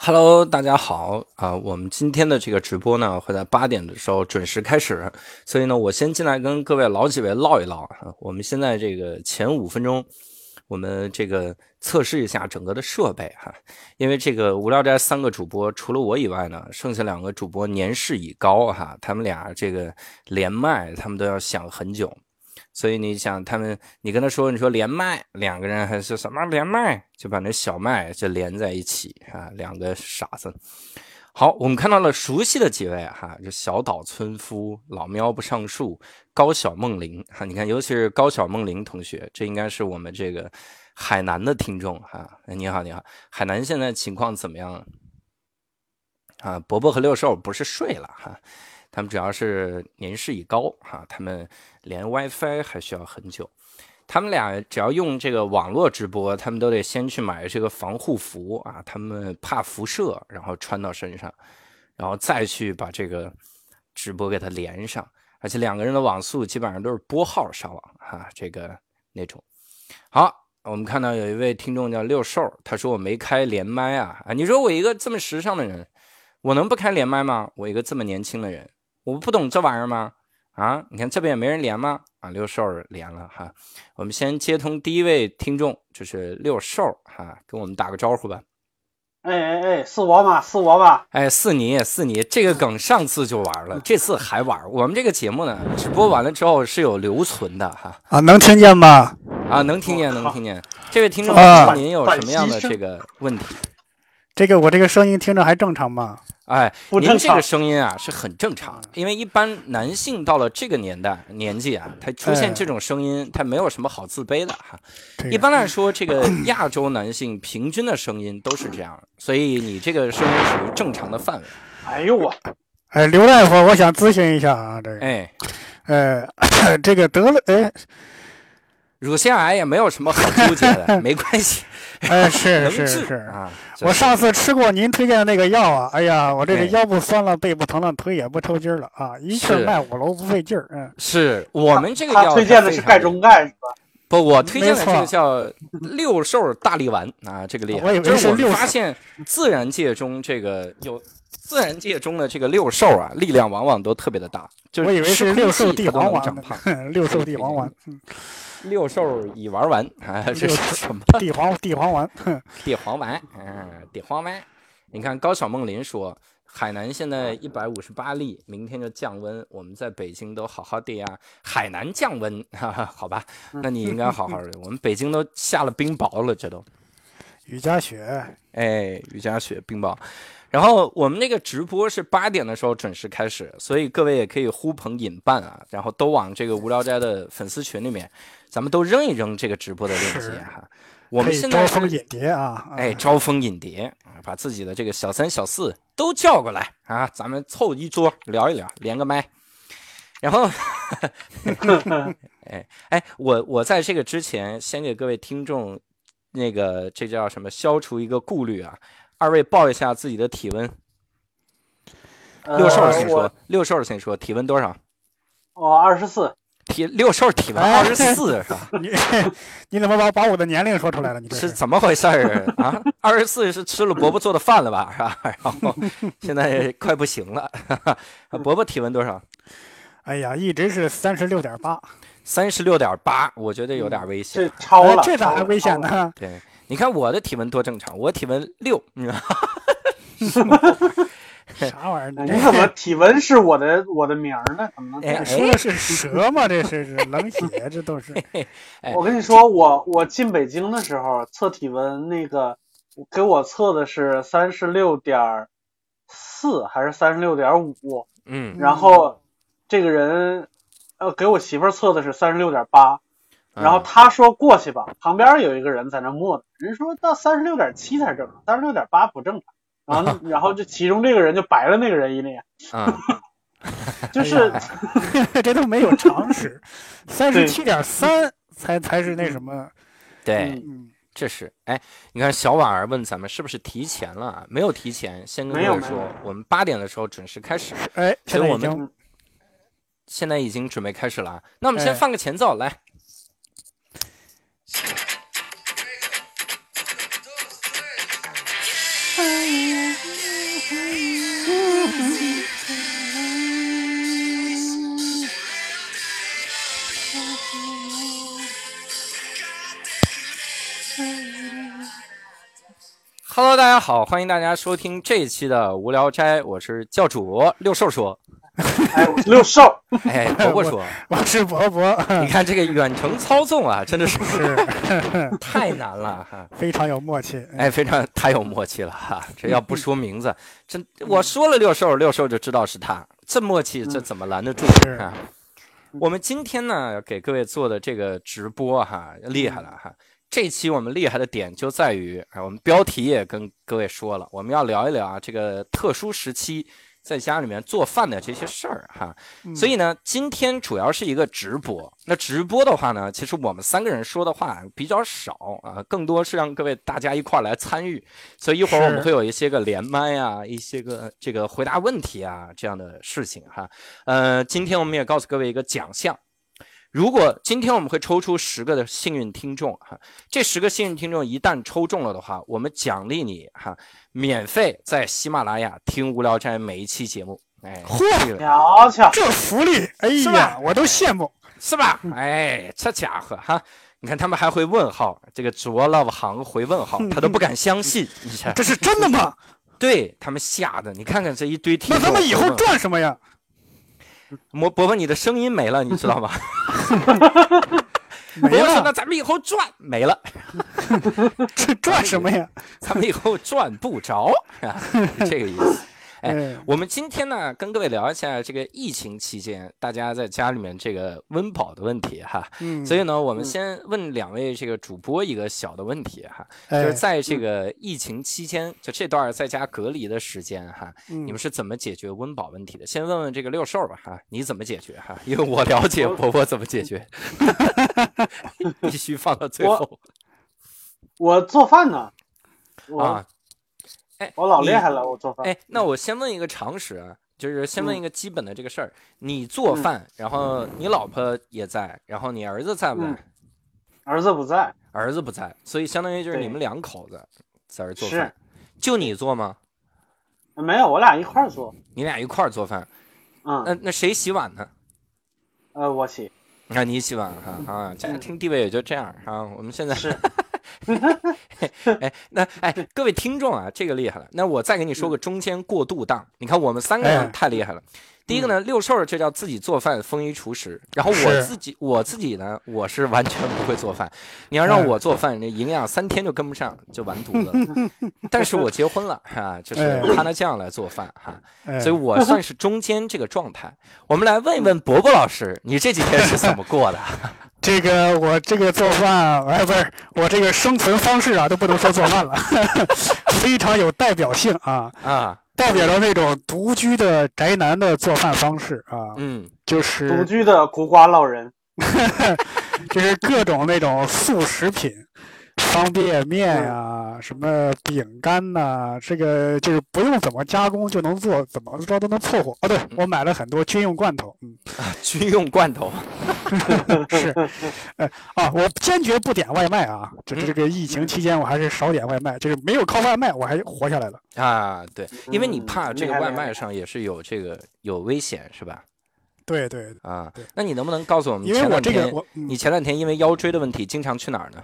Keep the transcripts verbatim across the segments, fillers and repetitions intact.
Hello，大家好啊、呃！我们今天的这个直播呢，会在八点的时候准时开始，所以呢，我先进来跟各位老几位唠一唠啊。我们现在这个前五分钟，我们这个测试一下整个的设备哈，因为这个无聊斋三个主播除了我以外呢，剩下两个主播年事已高哈，他们俩这个连麦他们都要想很久。所以你想他们，你跟他说，你说连麦，两个人还是什么连麦，就把那小麦就连在一起啊，两个傻子。好，我们看到了熟悉的几位哈，就小岛村夫、老喵不上树、高小梦玲哈，你看，尤其是高小梦玲同学，这应该是我们这个海南的听众哈。你好，你好，海南现在情况怎么样啊？伯伯和六兽不是睡了哈。他们主要是年事已高哈，他们连 WiFi 还需要很久。他们俩只要用这个网络直播，他们都得先去买这个防护服啊，他们怕辐射，然后穿到身上，然后再去把这个直播给它连上。而且两个人的网速基本上都是拨号上网哈，这个那种。好，我们看到有一位听众叫六兽，他说我没开连麦啊啊！你说我一个这么时尚的人，我能不开连麦吗？我一个这么年轻的人。我不懂这玩意儿吗？啊，你看这边也没人连吗？啊，六兽连了哈。我们先接通第一位听众，就是六兽哈，跟我们打个招呼吧。 哎哎哎，是我吗？是我吗？ 哎，是你，是你。这个梗上次就玩了，这次还玩。我们这个节目呢，直播完了之后是有留存的哈。 啊，能听见吗？ 啊，能听见，能听见。这位听众，啊、您有什么样的这个问题？ 这个我这个声音听着还正常吗？ 哎，您这个声音啊是很正常，因为一般男性到了这个年代年纪啊，他出现这种声音，他没有什么好自卑的哈。一般来说，这个亚洲男性平均的声音都是这样，所以你这个声音属于正常的范围。 哎呦我， 哎，刘大夫，我想咨询一下啊，这个， 哎， 呃，这个得了，哎。 乳腺癌也没有什么好纠结的，没关系。 哎，是是是啊，我上次吃过您推荐的那个药啊，哎呀，我这个腰部酸了，背部疼了，腿也不抽筋了啊，一气迈五楼不费劲儿。嗯， 是我们这个药推荐的是钙中钙是吧？ 不，我推荐的这个叫六兽大力丸啊，这个厉害。 我以为是六。我发现自然界中这个有自然界中的这个六兽啊，力量往往都特别的大。就是我以为是六兽地黄丸， 长胖。 六兽地黄丸。嗯。 六兽已玩完啊，这是什么？ 地黄地黄丸， 地黄丸，嗯，地黄丸。你看高小梦林说，海南现在一百五十八例，明天就降温。我们在北京都好好的呀，海南降温，哈哈，好吧？那你应该好好的。我们北京都下了冰雹了，这都雨夹雪， 哎，雨夹雪，冰雹。然后我们那个直播是八点的时候准时开始，所以各位也可以呼朋引伴啊，然后都往这个无聊斋的粉丝群里面，咱们都扔一扔这个直播的链接哈。我们现在招蜂引蝶啊， 哎，招蜂引蝶啊，把自己的这个小三小四都叫过来啊，咱们凑一桌聊一聊，连个麦。然后，哎哎，我我在这个之前先给各位听众那个这叫什么，消除一个顾虑啊。二位报一下自己的体温。六兽先说，六兽先说体温多少？ 哦，二十四。 体六兽体温二十四是吧？ 你你怎么把把我的年龄说出来了？你这是怎么回事儿啊？二十四是吃了伯伯做的饭了吧？是吧？然后现在快不行了。伯伯体温多少？ 哎呀，一直是三十六点八。 三十六点八，我觉得有点危险。 这超了， 这咋还危险呢？ 对。你看我的体温多正常，我体温六，你知道吗？ 啥玩意儿？ 你怎么体温是我的我的名呢？怎么能说的是蛇吗？这是冷血，这都是。 我跟你说，我我进北京的时候测体温，那个给我测的是三十六点四还是三十六点五？ 嗯， 然后这个人呃给我媳妇儿测的是三十六点八。然后他说过去吧，旁边有一个人在那默呢，人说到三十六点七才正常，三十六点八不正常。然后然后这其中这个人就白了那个人一脸， 啊， 就是、 哎、这都没有常识，三十七点三才才是那什么。 对，嗯，这是哎，你看小婉儿问咱们是不是提前了？没有提前，先跟各位说，我们八点的时候准时开始。 哎， 所以我们现在已经准备开始了。那我们先放个前奏、哎、来。 Hello， 大家好，欢迎大家收听这一期的无聊斋，我是教主六兽说。 哎，我是六兽。 哎，伯伯说， 我是伯伯。 你看这个远程操纵啊，真的是是太难了哈， 非常有默契。 哎，非常太有默契了哈。这要不说名字，真我说了六兽，六兽就知道是他，这默契，这怎么拦得住啊？我们今天呢，给各位做的这个直播哈，厉害了哈。这期我们厉害的点就在于，啊，我们标题也跟各位说了，我们要聊一聊啊这个特殊时期在家里面做饭的这些事儿哈。所以呢，今天主要是一个直播。那直播的话呢，其实我们三个人说的话比较少啊，更多是让各位大家一块来参与。所以一会儿我们会有一些个连麦啊，一些个这个回答问题啊这样的事情哈。呃，今天我们也告诉各位一个奖项。如果今天我们会抽出十个的幸运听众哈，这十个幸运听众一旦抽中了的话，我们奖励你哈，免费在喜马拉雅听无聊斋每一期节目。哎， 嚯， 瞧瞧这福利，哎呀，我都羡慕， 是吧？哎，这家伙哈，你看他们还会问号，这个卓 love 行回问号，他都不敢相信，你看这是真的吗？ 对他们吓的，你看看这一堆听众， 那他们以后赚什么呀？ 伯伯伯，你的声音没了，你知道吗？ 没了， 那咱们以后赚没了， 这赚什么呀？ 咱们以后赚不着啊，这个意思。哎，我们今天呢，跟各位聊一下这个疫情期间大家在家里面这个温饱的问题哈。嗯，所以呢，我们先问两位这个主播一个小的问题哈，嗯、就是在这个疫情期间，就这段在家隔离的时间哈，嗯、你们是怎么解决温饱问题的？先问问这个六兽吧哈，你怎么解决哈？因为我了解伯伯怎么解决，必须放到最后。 我, 我做饭呢，我啊。 哎，我老厉害了，我做饭。 哎，那我先问一个常识啊，就是先问一个基本的这个事儿，嗯、你做饭，然后你老婆也在，然后你儿子在不在？ 嗯、儿子不在， 儿子不在，所以相当于就是你们两口子在这做饭。就你做吗？ 没有，我俩一块儿做。 你俩一块儿做饭？ 嗯。 那那谁洗碗呢？ 呃，我洗。 那你洗碗哈啊，家庭地位也就这样啊。我们现在是。 哎，那哎，各位听众啊，这个厉害了。那我再给你说个中间过渡档。你看我们三个人太厉害了。哎、第一个呢，六兽这叫自己做饭，丰衣足食。然后我自己，我自己呢，我是完全不会做饭。你要让我做饭，那营养三天就跟不上，就完犊子了。但是我结婚了哈、啊，就是他那酱来做饭哈、啊，所以我算是中间这个状态。我们来问一问伯伯老师，你这几天是怎么过的？ 这个我这个做饭，哎，不是我这个生存方式啊，都不能说做饭了，非常有代表性啊啊， 代表了那种独居的宅男的做饭方式啊， 嗯， 就是独居的苦瓜老人， 就是各种那种速食品。方便面呀、啊，什么饼干呐、啊，这个就是不用怎么加工就能做，怎么着都能凑合。哦，对，我买了很多军用罐头，嗯， 啊，军用罐头是，呃啊，我坚决不点外卖啊，就是这个疫情期间我还是少点外卖，就是没有靠外卖我还活下来了啊。对，因为你怕这个外卖上也是有这个有危险，是吧？ 对对啊，那你能不能告诉我们， 因为我这个我、 嗯、你前两天因为腰椎的问题经常去哪儿呢？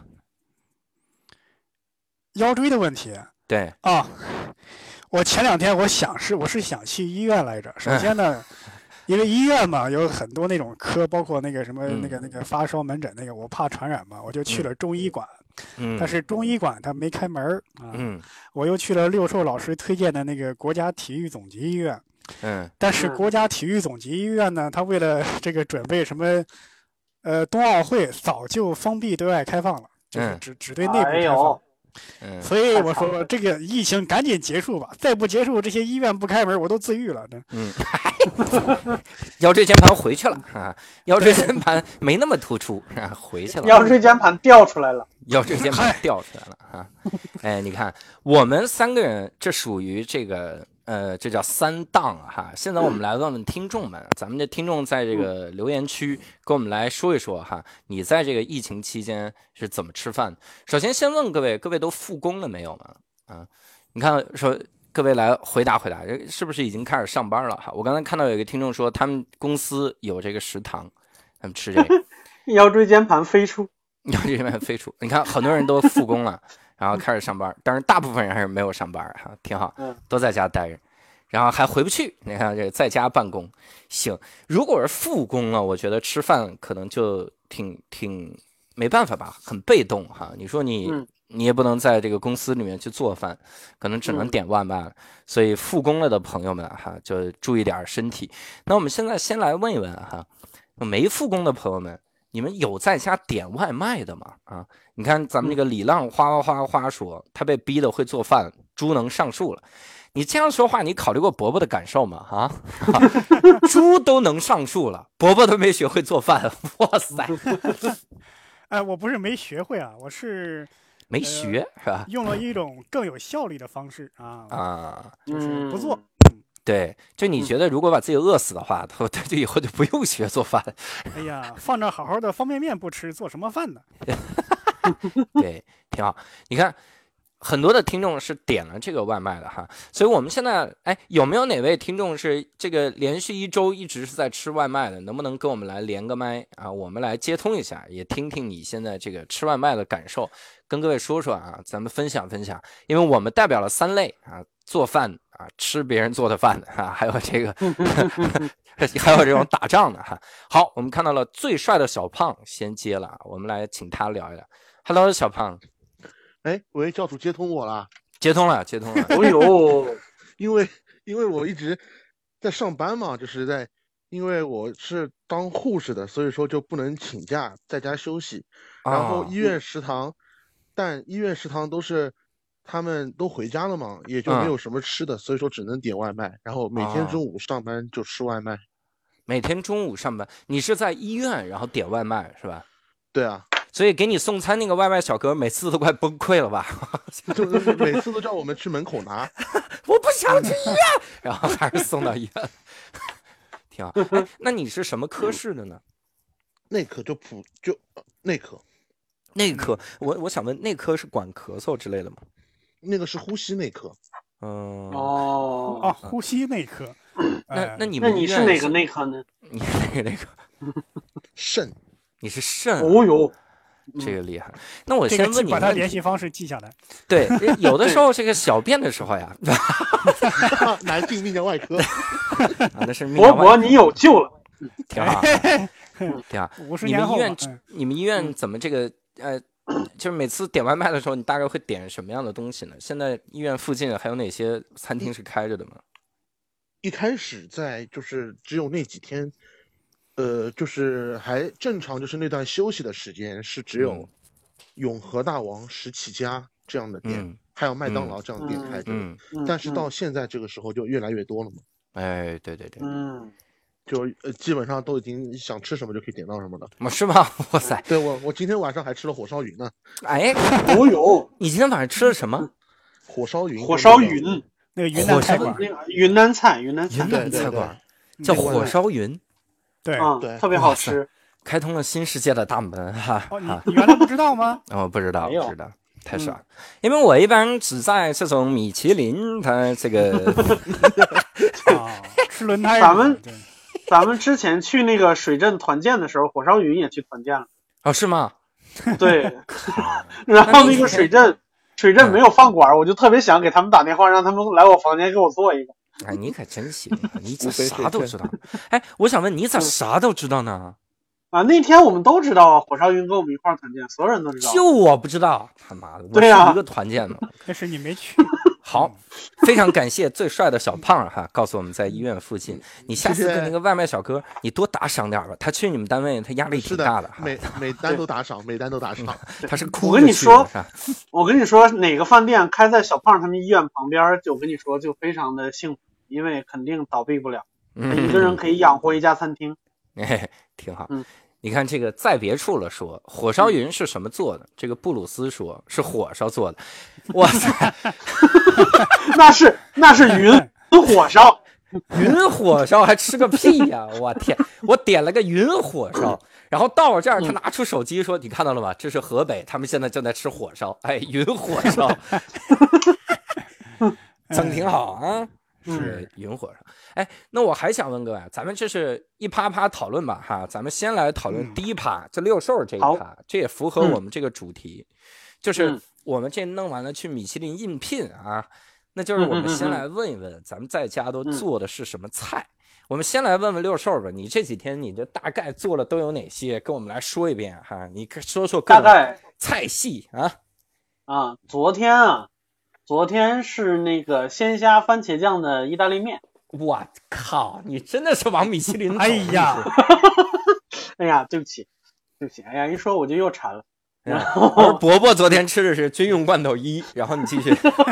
腰椎的问题， 对啊，我前两天我想是我是想去医院来着。首先呢，嗯、因为医院嘛有很多那种科，包括那个什么、嗯、那个那个发烧门诊那个，我怕传染嘛，我就去了中医馆。 嗯， 但是中医馆它没开门啊。 嗯， 我又去了六兽老师推荐的那个国家体育总局医院。 嗯， 但是国家体育总局医院呢，它为了这个准备什么，呃，冬奥会早就封闭对外开放了，就是只、嗯、只对内部开放。哎嗯， 所以我说这个疫情赶紧结束吧，再不结束，这些医院不开门，我都自愈了。 嗯，腰椎间盘回去了啊，腰椎间盘没那么突出啊，回去了。 腰椎间盘掉出来了， 腰椎间盘掉出来了啊！哎，你看我们三个人，这属于这个。呃，这叫三档哈。现在我们来问问听众们，咱们的听众在这个留言区跟我们来说一说哈，你在这个疫情期间是怎么吃饭？首先先问各位，各位都复工了没有呢？啊，你看说各位来回答回答，是不是已经开始上班了哈？我刚才看到有一个听众说，他们公司有这个食堂，他们吃这个。 腰椎间盘飞出， 腰椎间盘飞出，你看很多人都复工了。 然后开始上班，但是大部分人还是没有上班哈，挺好， 嗯都在家待着。然后还回不去，你看这在家办公行。如果是复工了，我觉得吃饭可能就挺挺没办法吧，很被动哈。你说你、 嗯、 你也不能在这个公司里面去做饭，可能只能点外卖了。嗯、所以复工了的朋友们哈，就注意点身体。那我们现在先来问一问哈，没复工的朋友们，你们有在家点外卖的吗？啊，你看咱们这个李浪哗哗哗哗说，他被逼得会做饭，猪能上树了。你这样说话，你考虑过伯伯的感受吗？啊，猪都能上树了，伯伯都没学会做饭，哇塞！ 哎，我不是没学会啊，我是没学、呃、是吧？ 用了一种更有效率的方式啊啊， 就是不做。 嗯、对，就你觉得如果把自己饿死的话，他他就以后就不用学做饭。 哎呀，放着好好的方便面不吃，做什么饭呢？ 对，挺好。你看。很多的听众是点了这个外卖的哈，所以我们现在哎，有没有哪位听众是这个连续一周一直是在吃外卖的？能不能跟我们来连个麦啊？我们来接通一下，也听听你现在这个吃外卖的感受，跟各位说说啊，咱们分享分享。因为我们代表了三类啊，做饭啊，吃别人做的饭啊，还有这个还有这种打仗的哈。好，我们看到了最帅的小胖先接了，我们来请他聊一聊。Hello， 小胖。 哎，喂，教主接通我了， 接通了，接通了。 哦呦， 因为因为我一直在上班嘛，就是在，因为我是当护士的，所以说就不能请假，在家休息。然后医院食堂，哦、但医院食堂都是他们都回家了嘛，也就没有什么吃的，嗯、所以说只能点外卖。然后每天中午上班就吃外卖。 每天中午上班，你是在医院然后点外卖是吧？ 对啊。 所以给你送餐那个外卖小哥每次都快崩溃了吧？ 就是每次都叫我们去门口拿， 我不想去医院，然后还是送到医院，挺好。哎，那你是什么科室的呢？ 内科就普就内科， 内科。我我想问，内科是管咳嗽之类的吗？ 那个是呼吸内科。 嗯哦啊，呼吸内科。 那那你们那你是哪个内科呢？ 你是哪个内科？ 肾。 你是肾。 哦呦。 这个厉害，那我先问你， 把他联系方式记下来。 对，有的时候这个小便的时候呀， 男性泌尿外科， 啊，那是泌尿外科。伯伯，你有救了， 挺好，挺好。你们医院，你们医院怎么这个呃，就是每次点外卖的时候，你大概会点什么样的东西呢？现在医院附近还有哪些餐厅是开着的吗？ 一开始在就是只有那几天。呃，就是还正常，就是那段休息的时间是只有永和大王、十七家这样的店， 嗯、 还有麦当劳这样的店开着。 嗯嗯、但是到现在这个时候就越来越多了嘛。 哎，对对对， 嗯， 就呃基本上都已经想吃什么就可以点到什么了。 哦，是吗？哇塞！ 对我，我今天晚上还吃了火烧云呢。 哎， 哦呦， 你今天晚上吃了什么？ 火烧云。 火烧云， 那个云南菜馆， 云南菜，云南菜， 云南菜馆叫火烧云。 对、 嗯、 对， 特别好吃， 开通了新世界的大门哈！ 哦，你你原来不知道吗？ 哦，不知道，不知道，太爽了。嗯、因为我一般只在这种米其林，它这个哦、吃轮胎。 咱们咱们之前去那个水镇团建的时候，火烧云也去团建了。 哦，是吗？ 对。然后那个水镇水镇没有饭馆、嗯，我就特别想给他们打电话，让他们来我房间给我做一个。 哎，你可真行，你咋啥都知道？哎，我想问你咋啥都知道呢？ 啊，那天我们都知道啊，火烧云跟我们一块儿团建，所有人都知道。 就我不知道，他妈的，我是一个团建嘛。 那是你没去。 好，非常感谢最帅的小胖哈，告诉我们在医院附近。你下次跟那个外卖小哥，你多打赏点吧。他去你们单位，他压力挺大的。 每每单都打赏，每单都打赏。 他是哭。 我跟你说，我跟你说，哪个饭店开在小胖他们医院旁边，就我跟你说，就非常的幸福。因为肯定倒闭不了， 嗯、 一个人可以养活一家餐厅， 哎，挺好。 嗯， 你看这个在别处了说，火烧云是什么做的？嗯、这个布鲁斯说是火烧做的，哇塞， 那是那是云火烧， 云火烧还吃个屁呀、啊！我天，我点了个云火烧，然后到了这儿，他拿出手机说：“你看到了吗？这是河北，他们现在正在吃火烧，哎，云火烧。”整挺好啊，是云火烧。哎，那我还想问各位，咱们这是一趴趴讨论吧，哈，咱们先来讨论第一趴，这六兽这一趴，这也符合我们这个主题，就是我们这弄完了去米其林应聘啊，那就是我们先来问一问，咱们在家都做的是什么菜？嗯、我们先来问问六兽吧，你这几天你这大概做了都有哪些？跟我们来说一遍哈，你说说各种菜系啊。 啊，昨天啊，昨天是那个鲜虾番茄酱的意大利面。 我靠，你真的是往米其林走！ 哎呀， 哎呀，对不起，对不起，哎呀，一说我就又馋了。 然后，而伯伯昨天吃的是军用罐头一，然后你继续。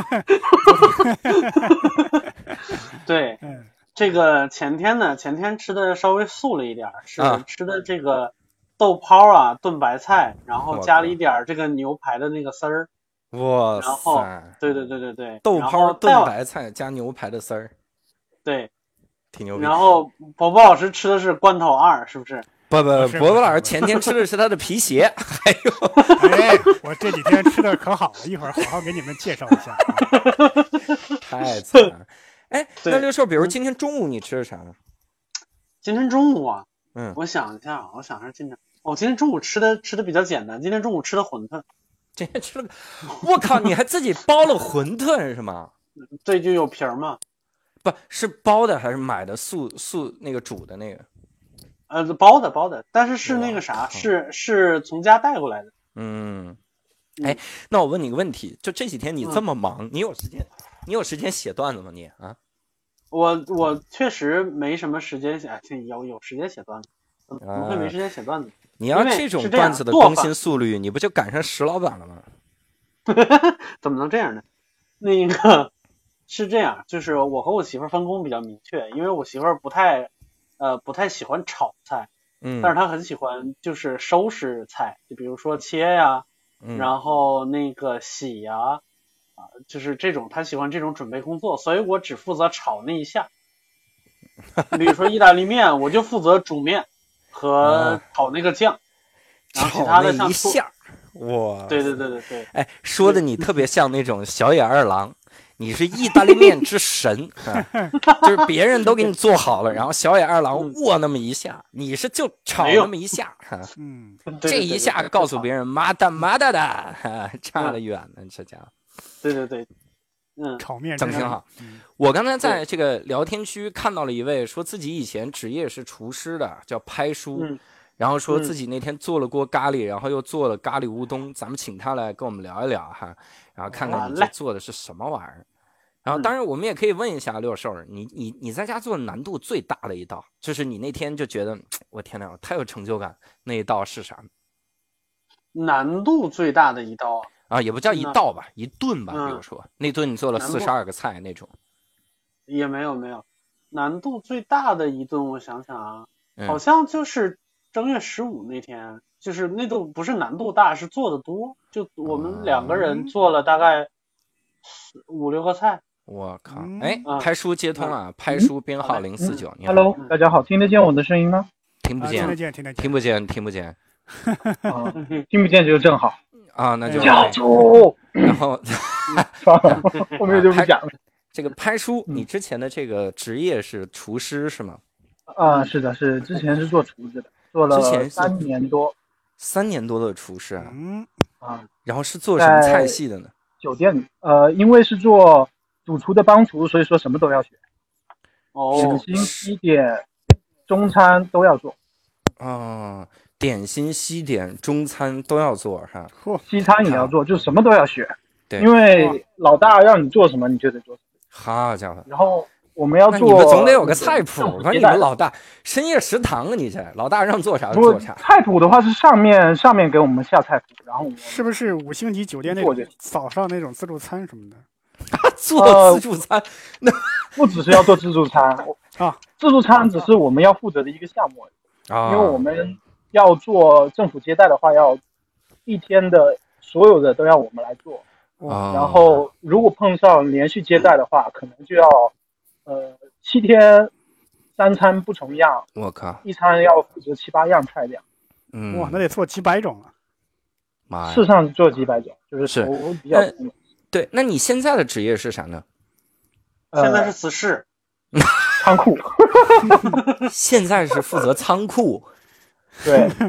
对，这个前天呢，前天吃的稍微素了一点，是吃的这个豆泡啊，炖白菜，然后加了一点这个牛排的那个丝儿。 哇塞！然后，对对对对对， 豆泡炖白菜加牛排的丝儿， 对， 挺牛逼。 然后伯伯老师吃的是罐头二，是不是？ 不不，伯伯老师前天吃的是他的皮鞋，还有， 哎，我这几天吃的可好了，一会儿好好给你们介绍一下。 太惨了！哎，那六兽，比如今天中午你吃的啥呢？ 今天中午啊， 嗯， 我想一下，我想一下今天，我今天中午吃的吃的比较简单，今天中午吃的馄饨。 今天吃了，我靠，你还自己包了馄饨是吗？ 对，就有皮儿嘛。 不是包的还是买的素素那个煮的那个？ 呃，包的包的，但是是那个啥，是是从家带过来的。 嗯，哎，那我问你个问题，就这几天你这么忙，嗯、你有时间，你有时间写段子吗？你啊？ 我我确实没什么时间写，有有时间写段子，怎么会没时间写段子？ 啊、你要这种段子的更新速率，你不就赶上石老板了吗？ 怎么能这样呢？那个是这样，就是我和我媳妇分工比较明确，因为我媳妇不太。呃，不太喜欢炒菜， 嗯， 但是他很喜欢就是收拾菜，就比如说切呀， 嗯、 然后那个洗呀，啊、呃，就是这种他喜欢这种准备工作，所以我只负责炒那一下。比如说意大利面，我就负责煮面和炒那个酱， 啊、 然后其他的像一下，哇， 对对对对对， 哎，说的你特别像那种小野二郎。你是意大利面之神、啊，就是别人都给你做好了，然后小野二郎握那么一下，你是就炒那么一下，啊、 嗯， 这一下告诉别人妈的妈的的，啊、差得远呢，这家伙。 对对对，嗯， 炒面整挺好。我刚才在这个聊天区看到了一位说自己以前职业是厨师的，叫拍叔。 嗯然后说自己那天做了锅咖喱，然后又做了咖喱乌冬，咱们请他来跟我们聊一聊哈，然后看看你这做的是什么玩意儿。然后当然我们也可以问一下六兽，你你你在家做难度最大的一道，就是你那天就觉得我天哪，太有成就感，那一道是啥？ 难度最大的一道啊，也不叫一道吧，一顿吧，比如说那顿你做了四十二个菜那种。 也没有没有，难度最大的一顿，我想想啊， 嗯、 好像就是正月十五那天，就是那都不是难度大，是做的多。就我们两个人做了大概五六个菜。 我靠！哎，拍叔接通啊，拍叔编号零四九，你好。 Hello， 大家好，听得见我的声音吗？ 听不见， 听得见，听得见， 听不见，听不见。 啊，听不见就正好啊，那就教主。 然后， 算了，后面就不讲了。 这个拍叔，你之前的这个职业是厨师是吗？ 啊，是的，是之前是做厨子的，做了三年多， 三年多的厨师啊。 嗯啊， 然后是做什么菜系的呢？ 酒店，呃，因为是做主厨的帮厨，所以说什么都要学。 哦， 点心、西点、中餐都要做。 哦，点心、西点、中餐都要做哈。 西餐也要做，就什么都要学。 对， 因为老大让你做什么，你就得做什么。 好家伙！ 然后我们要做， 你们总得有个菜谱吧？你们老大深夜食堂啊，你这老大让做啥就做啥。 菜谱的话是上面上面给我们下菜谱，然后我们是不是五星级酒店那种早上那种自助餐什么的？ 做自助餐，那、呃、 不只是要做自助餐啊， 自助餐只是我们要负责的一个项目啊， 因为我们要做政府接待的话，要一天的所有的都要我们来做。 啊、 然后如果碰上连续接待的话，可能就要呃七天三餐不重样， 我靠， 一餐要负责七八样菜这样。 嗯， 哇，那得做几百种啊！ 妈呀， 事实上做几百种，就是是我比较、呃、 对。那你现在的职业是啥呢？ 现在是死士， 呃、仓库。 现在是负责仓库。 对，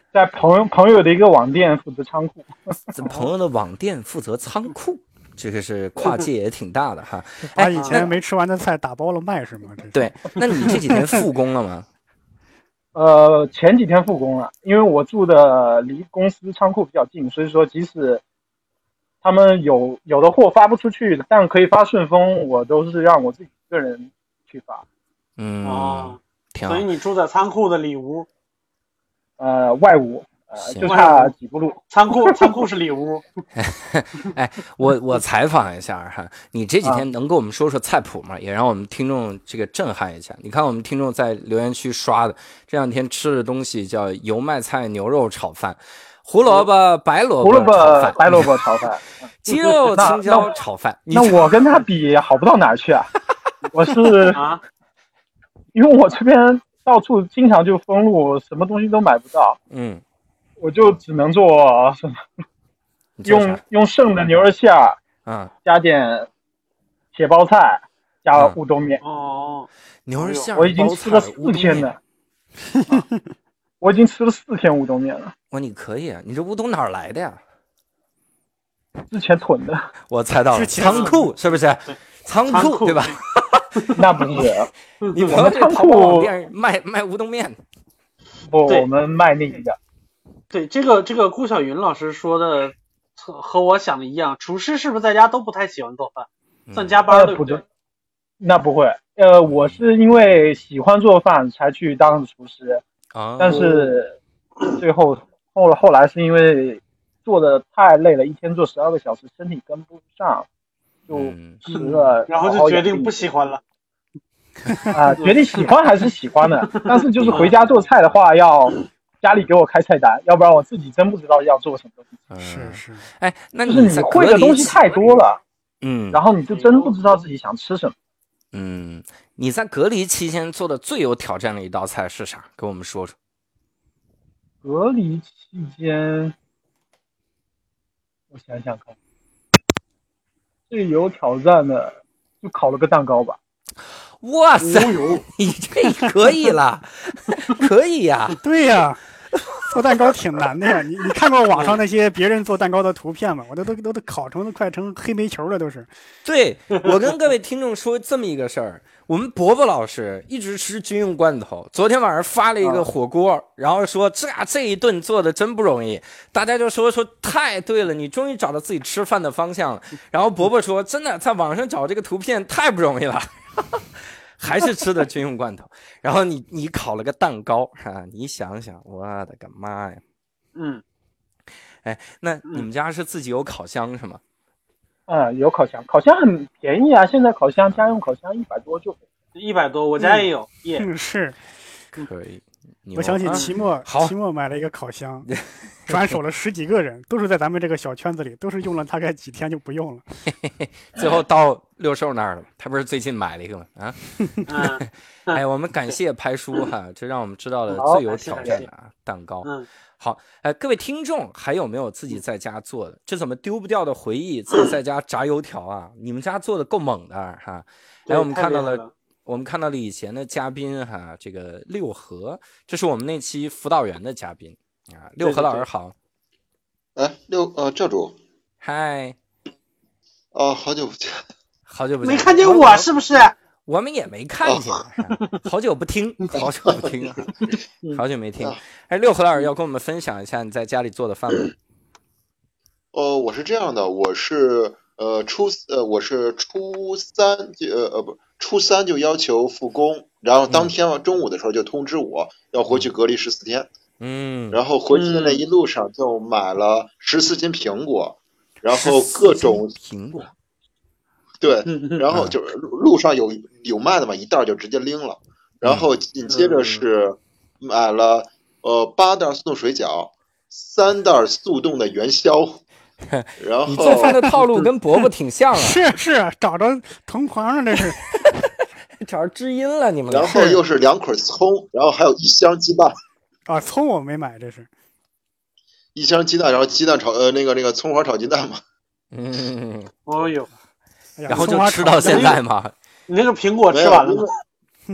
在朋友朋友的一个网店负责仓库。 咱朋友的网店负责仓库，这个是跨界也挺大的哈。 把以前没吃完的菜打包了卖是吗？这是对，那你这几天复工了吗？ 呃，前几天复工了，因为我住的离公司仓库比较近，所以说即使他们有有的货发不出去，但可以发顺丰，我都是让我自己一个人去发。 嗯， 哦， 挺好。 所以你住在仓库的里屋， 呃，外屋，呃， 行就差几步路。 仓库仓库是里屋。 哎，我我采访一下哈，你这几天能跟我们说说菜谱吗？也让我们听众这个震撼一下。你看我们听众在留言区刷的，这两天吃的东西叫油麦菜牛肉炒饭、胡萝卜白萝胡萝卜炒饭、 白萝卜炒饭、 鸡肉青椒炒饭。 那我跟他比好不到哪儿去啊！我是啊， 因为我这边到处经常就封路，什么东西都买不到， 嗯， 我就只能做什么用用剩的牛肉馅儿， 嗯， 加点铁包菜，加乌冬面。 哦， 牛肉馅儿， 我已经吃了四天了，啊、我已经吃了四天乌冬面了。 哇，你可以啊！你这乌冬哪儿来的呀？ 之前囤的。 我猜到了，仓库是不是？仓库对吧？ 那不是， 你朋友这淘宝网店卖卖乌冬面。 不，我们卖那个。 对，这个这个顾晓云老师说的和和我想的一样，厨师是不是在家都不太喜欢做饭，算加班对不对？ 那不会，呃，我是因为喜欢做饭才去当厨师， 啊， 但是最后后后来是因为做的太累了，一天做十二个小时，身体跟不上，就吃了， 嗯、然后就决定不喜欢了。 啊，决定喜欢还是喜欢的，但是就是回家做菜的话，要家里给我开菜单，要不然我自己真不知道要做什么东西。 嗯、 是是， 哎，那就是你会的东西太多了， 嗯， 然后你就真不知道自己想吃什么。 嗯，你在隔离期间做的最有挑战的一道菜是啥？跟我们说说。 隔离期间，我想想看，最有挑战的就烤了个蛋糕吧。 哇塞，你这可以了，可以呀， 对呀。做蛋糕挺难的呀，你你看过网上那些别人做蛋糕的图片吗？我都都都都烤成都快成黑煤球了，都是。 对，我跟各位听众说这么一个事儿，我们伯伯老师一直吃军用罐头，昨天晚上发了一个火锅，然后说这这一顿做的真不容易，大家就说说太对了，你终于找到自己吃饭的方向了。然后伯伯说真的，在网上找这个图片太不容易了。还是吃的军用罐头，然后你你烤了个蛋糕啊！你想想，我的个妈呀！ 嗯， 哎，那你们家是自己有烤箱是吗？ 嗯，有烤箱，烤箱很便宜啊！现在烤箱家用烤箱一百多就一百多，我家也有，耶、 嗯，是， 可以。 我想起期末， 好， 期末买了一个烤箱，转手了十几个人，都是在咱们这个小圈子里，都是用了大概几天就不用了。 最后到六兽那儿了，他不是最近买了一个吗？啊，哎，我们感谢拍叔哈，这让我们知道了最有挑战的啊蛋糕。好，哎，各位听众还有没有自己在家做的？这怎么丢不掉的回忆？自己在家炸油条啊，你们家做的够猛的哈！哎，我们看到了。我们看到了以前的嘉宾哈，这个六合，这是我们那期辅导员的嘉宾啊。六合老师好。 哎，六呃教主。 嗨。 哦，好久不见。 好久不见。 没看见我是不是？ 我们也没看见。哦、好久不听，好久不听，好久没听。哎，六合老师要跟我们分享一下你在家里做的饭吗？ 哦，我是这样的，我是呃初呃我是初三就呃呃不。初三就要求复工，然后当天中午的时候就通知我要回去隔离十四天。 嗯， 然后回去的那一路上就买了十四斤苹果，然后各种苹果。 对，然后就是路上有有卖的嘛，一袋就直接拎了。然后紧接着是买了呃八袋速冻水饺，三袋速冻的元宵。然后你做饭的套路跟伯伯挺像啊， 是是，找着同行了，这是找着知音了，你们。 然后又是两捆葱，然后还有一箱鸡蛋。 啊，葱我没买，这是一箱鸡蛋，然后鸡蛋炒呃那个那个葱花炒鸡蛋嘛。 嗯， 哦呦， 然后就吃到现在嘛。 你那个苹果吃完了吗？ 嗯，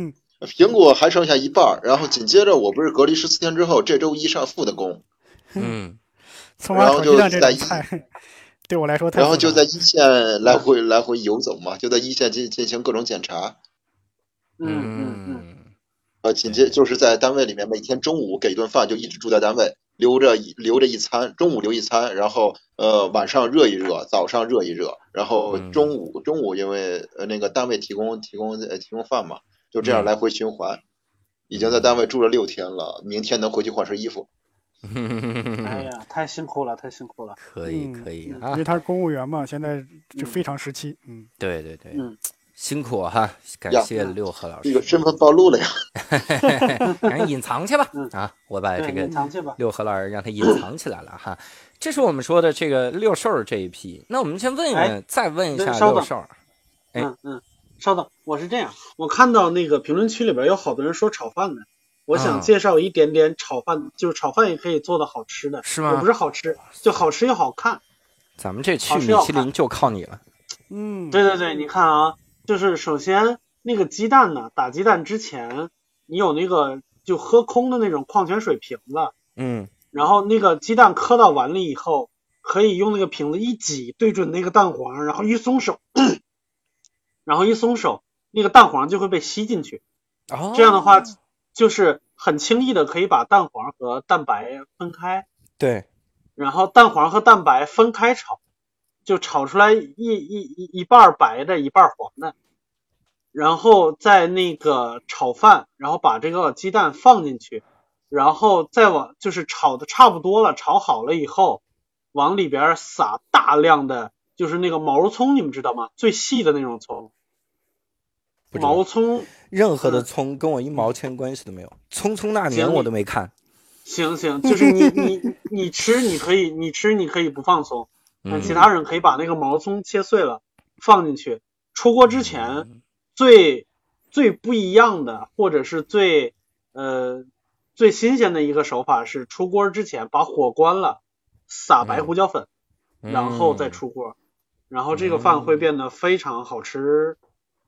苹果还剩下一半，然后紧接着我不是隔离十四天之后，这周一上负的工， 嗯， 然后就在一， 对我来说太， 然后就在一线来回来回游走嘛，就在一线进进行各种检查。 嗯嗯嗯。 呃，紧接就是在单位里面，每天中午给顿饭，就一直住在单位，留着留着一餐，中午留一餐，然后呃晚上热一热，早上热一热，然后中午中午因为呃那个单位提供提供呃提供饭嘛，就这样来回循环。已经在单位住了六天了，明天能回去换身衣服。 哎呀，太辛苦了，太辛苦了。 可以可以啊， 因为他是公务员嘛，现在就非常时期。嗯， 对对对， 嗯。 辛苦哈，感谢六合老师。 这个身份暴露了呀， 赶紧隐藏去吧。 嗯、 啊，我把这个六合老师让他隐藏起来了哈。这是我们说的这个六兽这一批。那我们先问一问， 哎、 再问一下六兽。 哎、嗯嗯，稍等，我是这样，我看到那个评论区里边有好多人说炒饭的，我想介绍一点点炒饭，嗯、就是炒饭也可以做的好吃的， 是吗？ 也不是好吃，就好吃又好看。 咱们这去米其林就靠你了。 嗯，对对对，你看啊。就是首先那个鸡蛋呢，打鸡蛋之前你有那个就喝空的那种矿泉水瓶子， 嗯， 然后那个鸡蛋磕到碗里以后，可以用那个瓶子一挤，对准那个蛋黄，然后一松手，然后一松手，那个蛋黄就会被吸进去。 哦， 这样的话就是很轻易的可以把蛋黄和蛋白分开。 对， 然后蛋黄和蛋白分开炒。就炒出来一一一一半白的，一半黄的，然后在那个炒饭，然后把这个鸡蛋放进去，然后再往就是炒的差不多了，炒好了以后，往里边撒大量的就是那个毛葱，你们知道吗？最细的那种葱。毛葱， 任何的葱跟我一毛钱关系都没有，葱葱那年我都没看。 行行，就是你你你吃你可以你吃你可以不放葱。但其他人可以把那个毛葱切碎了放进去。出锅之前最最不一样的，或者是最呃最新鲜的一个手法是出锅之前把火关了，撒白胡椒粉， 嗯、 然后再出锅，然后这个饭会变得非常好吃。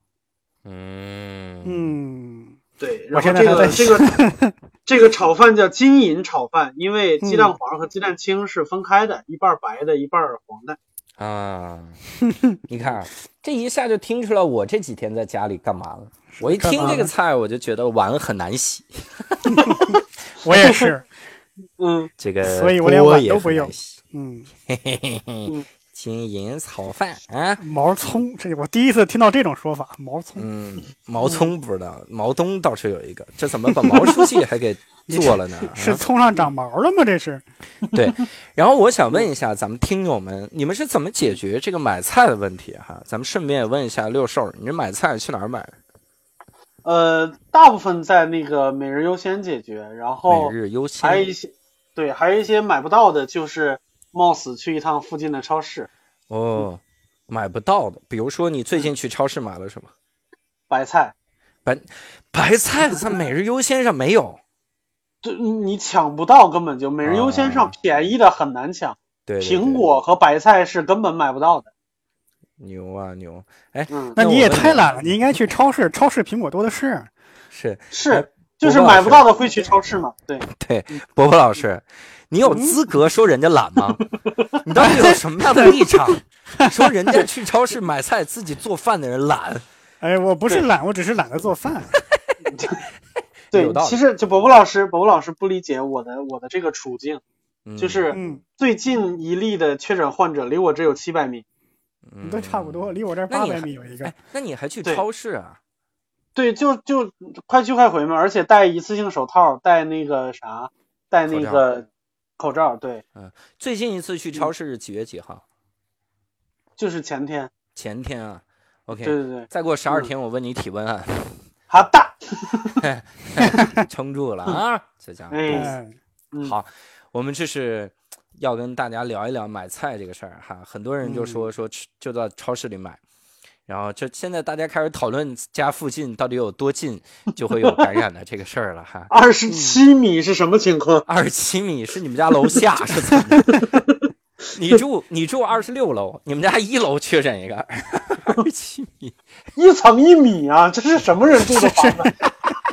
嗯嗯， 对，然后这个这个这个炒饭叫金银炒饭，因为鸡蛋黄和鸡蛋清是分开的，嗯、一半白的，一半黄的。 啊，你看，这一下就听出来我这几天在家里干嘛了。我一听这个菜，我就觉得碗很难洗。 我也是， 嗯， 这个所以我连碗都不用。嗯， 嘿嘿嘿嘿。金银炒饭啊， 毛葱，这我第一次听到这种说法，毛葱。 嗯，毛葱不知道，毛东倒是有一个，这怎么把毛书记还给做了呢？ 是葱上长毛了吗？这是。 对，然后我想问一下咱们听友们，你们是怎么解决这个买菜的问题哈？咱们顺便也问一下六兽，你这买菜去哪儿买？ 呃，大部分在那个每日优先解决，然后每日优先还有一些，对，还有一些买不到的，就是冒死去一趟附近的超市。 哦，买不到的，比如说你最近去超市买了什么？ 白菜。 白白菜在每日优先上没有。 对，你抢不到，根本就每日优先上便宜的很难抢。啊、 对, 对, 对， 苹果和白菜是根本买不到的。 牛啊牛！哎、 嗯， 那你也太懒了，你应该去超市，超市苹果多的是。 是是，就是买不到的会去超市嘛？对对，伯伯老师。你有资格说人家懒吗？你到底有什么样的立场？说人家去超市买菜自己做饭的人懒？ 哎，我不是懒，我只是懒得做饭。 对，其实就伯伯老师，伯伯老师不理解我的我的这个处境， 嗯、 就是最近一例的确诊患者离我这有七百米， 嗯、都差不多，离我这八百米有一个。 哎，那你还去超市啊？ 对，就就快去快回嘛，而且戴一次性手套，戴那个啥，戴那个。口罩对， 嗯，最近一次去超市是几月几号？ 就是前天。 前天啊 ，OK， 对对对， 再过十二天我问你体温啊。 好的，撑住了啊，这家伙。 哎， 好，我们这是要跟大家聊一聊买菜这个事儿哈。很多人就说说就到超市里买。然后这现在大家开始讨论家附近到底有多近就会有感染的这个事儿了哈。 二十七米是什么情况？ 二十七米是你们家楼下是怎么的？你住你住二十六楼，你们家一楼确诊一个，二十七米， 一层一米啊，这是什么人住的房子？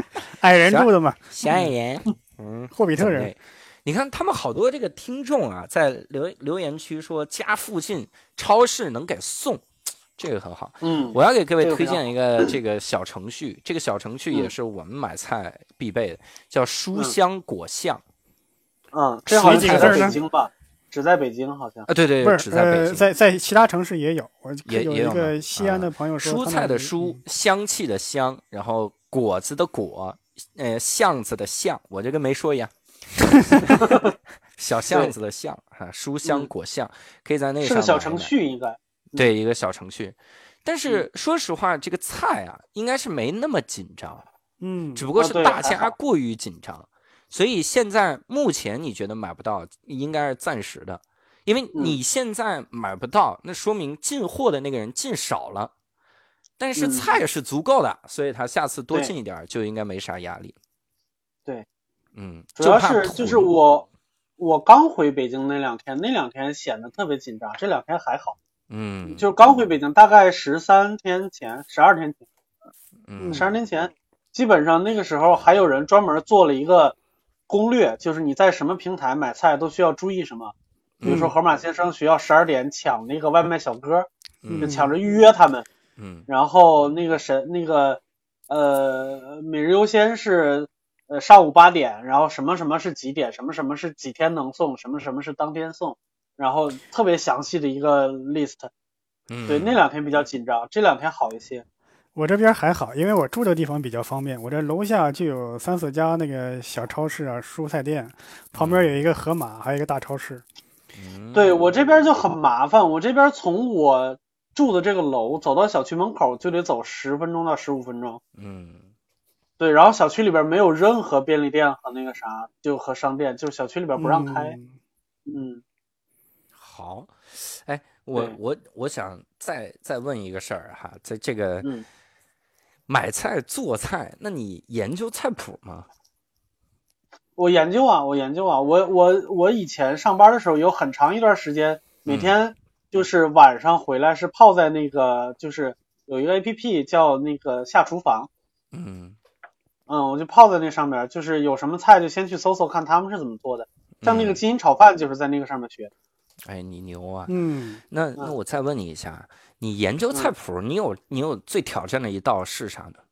矮人住的嘛， 小矮人，嗯， 霍比特人。 你看他们好多这个听众啊，在留留言区说家附近超市能给送，这个很好。 嗯， 我要给各位推荐一个这个小程序，这个小程序也是我们买菜必备的，叫书香果巷。 嗯，这好像只在北京吧？只在北京好像。 啊，对对， 不是只在北京， 呃、在在其他城市也有。我也有一个西安的朋友说， 蔬菜的蔬，香气的香，然后果子的果，呃，巷子的巷，我这跟没说一样。小巷子的巷哈，书香果巷，可以在那上是个小程序，应该对一个小程序。但是说实话，这个菜啊，应该是没那么紧张， 嗯， 只不过是大家过于紧张，所以现在目前你觉得买不到，应该是暂时的，因为你现在买不到，那说明进货的那个人进少了，但是菜是足够的，所以他下次多进一点就应该没啥压力。 对。 嗯， 主要是就是我我刚回北京那两天，那两天显得特别紧张，这两天还好。 嗯， 就是刚回北京，大概十三天前、十二天前， 嗯， 十二天前，基本上那个时候还有人专门做了一个攻略，就是你在什么平台买菜都需要注意什么。比如说河马先生需要十二点抢那个外卖小哥， 嗯、 就抢着预约他们。 嗯， 然后那个神那个呃每日优先是。呃，上午八点，然后什么什么是几点，什么什么是几天能送，什么什么是当天送，然后特别详细的一个 list。 嗯， 对，那两天比较紧张，这两天好一些。 我这边还好，因为我住的地方比较方便，我这楼下就有三四家那个小超市啊、蔬菜店，旁边有一个盒马，还有一个大超市。 嗯， 对，我这边就很麻烦，我这边从我住的这个楼走到小区门口就得走十分钟到十五分钟。 嗯。 对，然后小区里边没有任何便利店和那个啥，就和商店，就是小区里边不让开。嗯，嗯好，哎，我我我想再再问一个事儿哈，在这个、 嗯、 买菜做菜，那你研究菜谱吗？ 我研究啊，我研究啊，我我我以前上班的时候有很长一段时间，每天就是晚上回来是泡在那个，就是有一个 A P P 叫那个下厨房。 嗯。 嗯，我就泡在那上面，就是有什么菜就先去搜搜看他们是怎么做的，像那个鸡丁炒饭就是在那个上面学的。 哎，你牛啊！ 嗯， 那那我再问你一下，你研究菜谱， 嗯、 你有你有最挑战的一道是啥呢？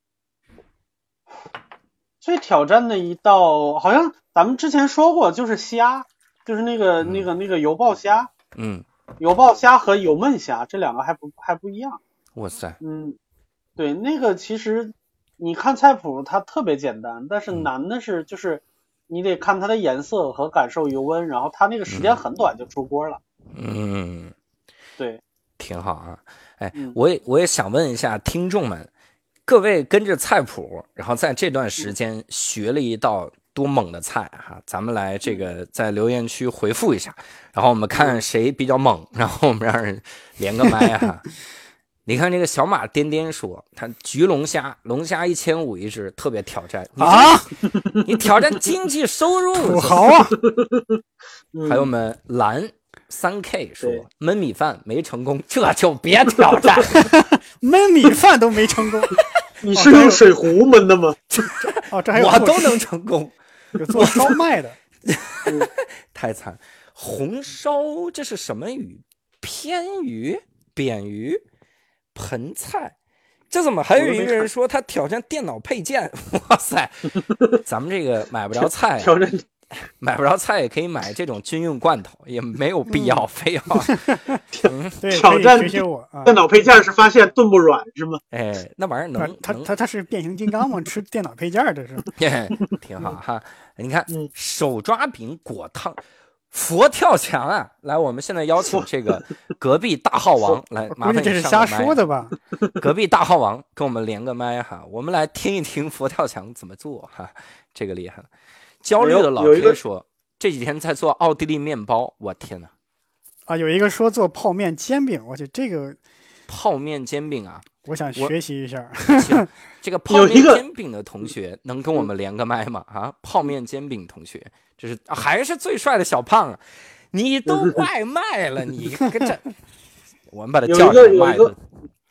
最挑战的一道，好像咱们之前说过，就是虾，就是那个、嗯、那个那个油爆虾。 嗯， 油爆虾和油焖虾这两个还不还不一样。 哇塞！ 嗯，对，那个其实。你看菜谱它特别简单，但是难的是就是你得看它的颜色和感受油温，然后它那个时间很短就出锅了。 嗯， 对， 挺好啊。哎， 嗯、 我也我也想问一下听众们，各位跟着菜谱，然后在这段时间学了一道多猛的菜哈，咱们来这个在留言区回复一下，然后我们看谁比较猛，然后我们让人连个麦哈。你看这个小马颠颠说，他焗龙虾，龙虾一千五一只，特别挑战啊！ 你挑战经济收入， 土豪啊！ 还有我们蓝三 K 说焖米饭没成功，这就别挑战， 焖米饭都没成功。 你是用水壶焖的吗？ 哦，这还有我都能成功， 有做烧麦的， 太惨。红烧这是什么鱼？偏鱼、扁鱼？盆菜，这怎么还有一个人说他挑战电脑配件？哇塞，咱们这个买不着菜、啊， 挑战买不着菜也可以买这种军用罐头，也没有必要、嗯、非要、 嗯、挑战学学我、啊。 电脑配件是发现炖不软是吗？ 哎，那玩意儿能他他他是变形金刚吗？吃电脑配件这是， 挺好哈。你看，手抓饼果烫。佛跳墙啊！来，我们现在邀请这个隔壁大号王来，麻烦你上个麦。 这是瞎说的吧？ 隔壁大号王跟我们连个麦哈，我们来听一听佛跳墙怎么做哈，这个厉害了。焦虑的老 K 说，这几天在做奥地利面包，我天哪！ 啊，有一个说做泡面煎饼，我去这个泡面煎饼啊， 我想学习一下。 这个泡面煎饼的同学能跟我们连个麦吗？啊，泡面煎饼同学。就是、啊、还是最帅的小胖，你都外卖了，你跟这，我们把他叫上麦的。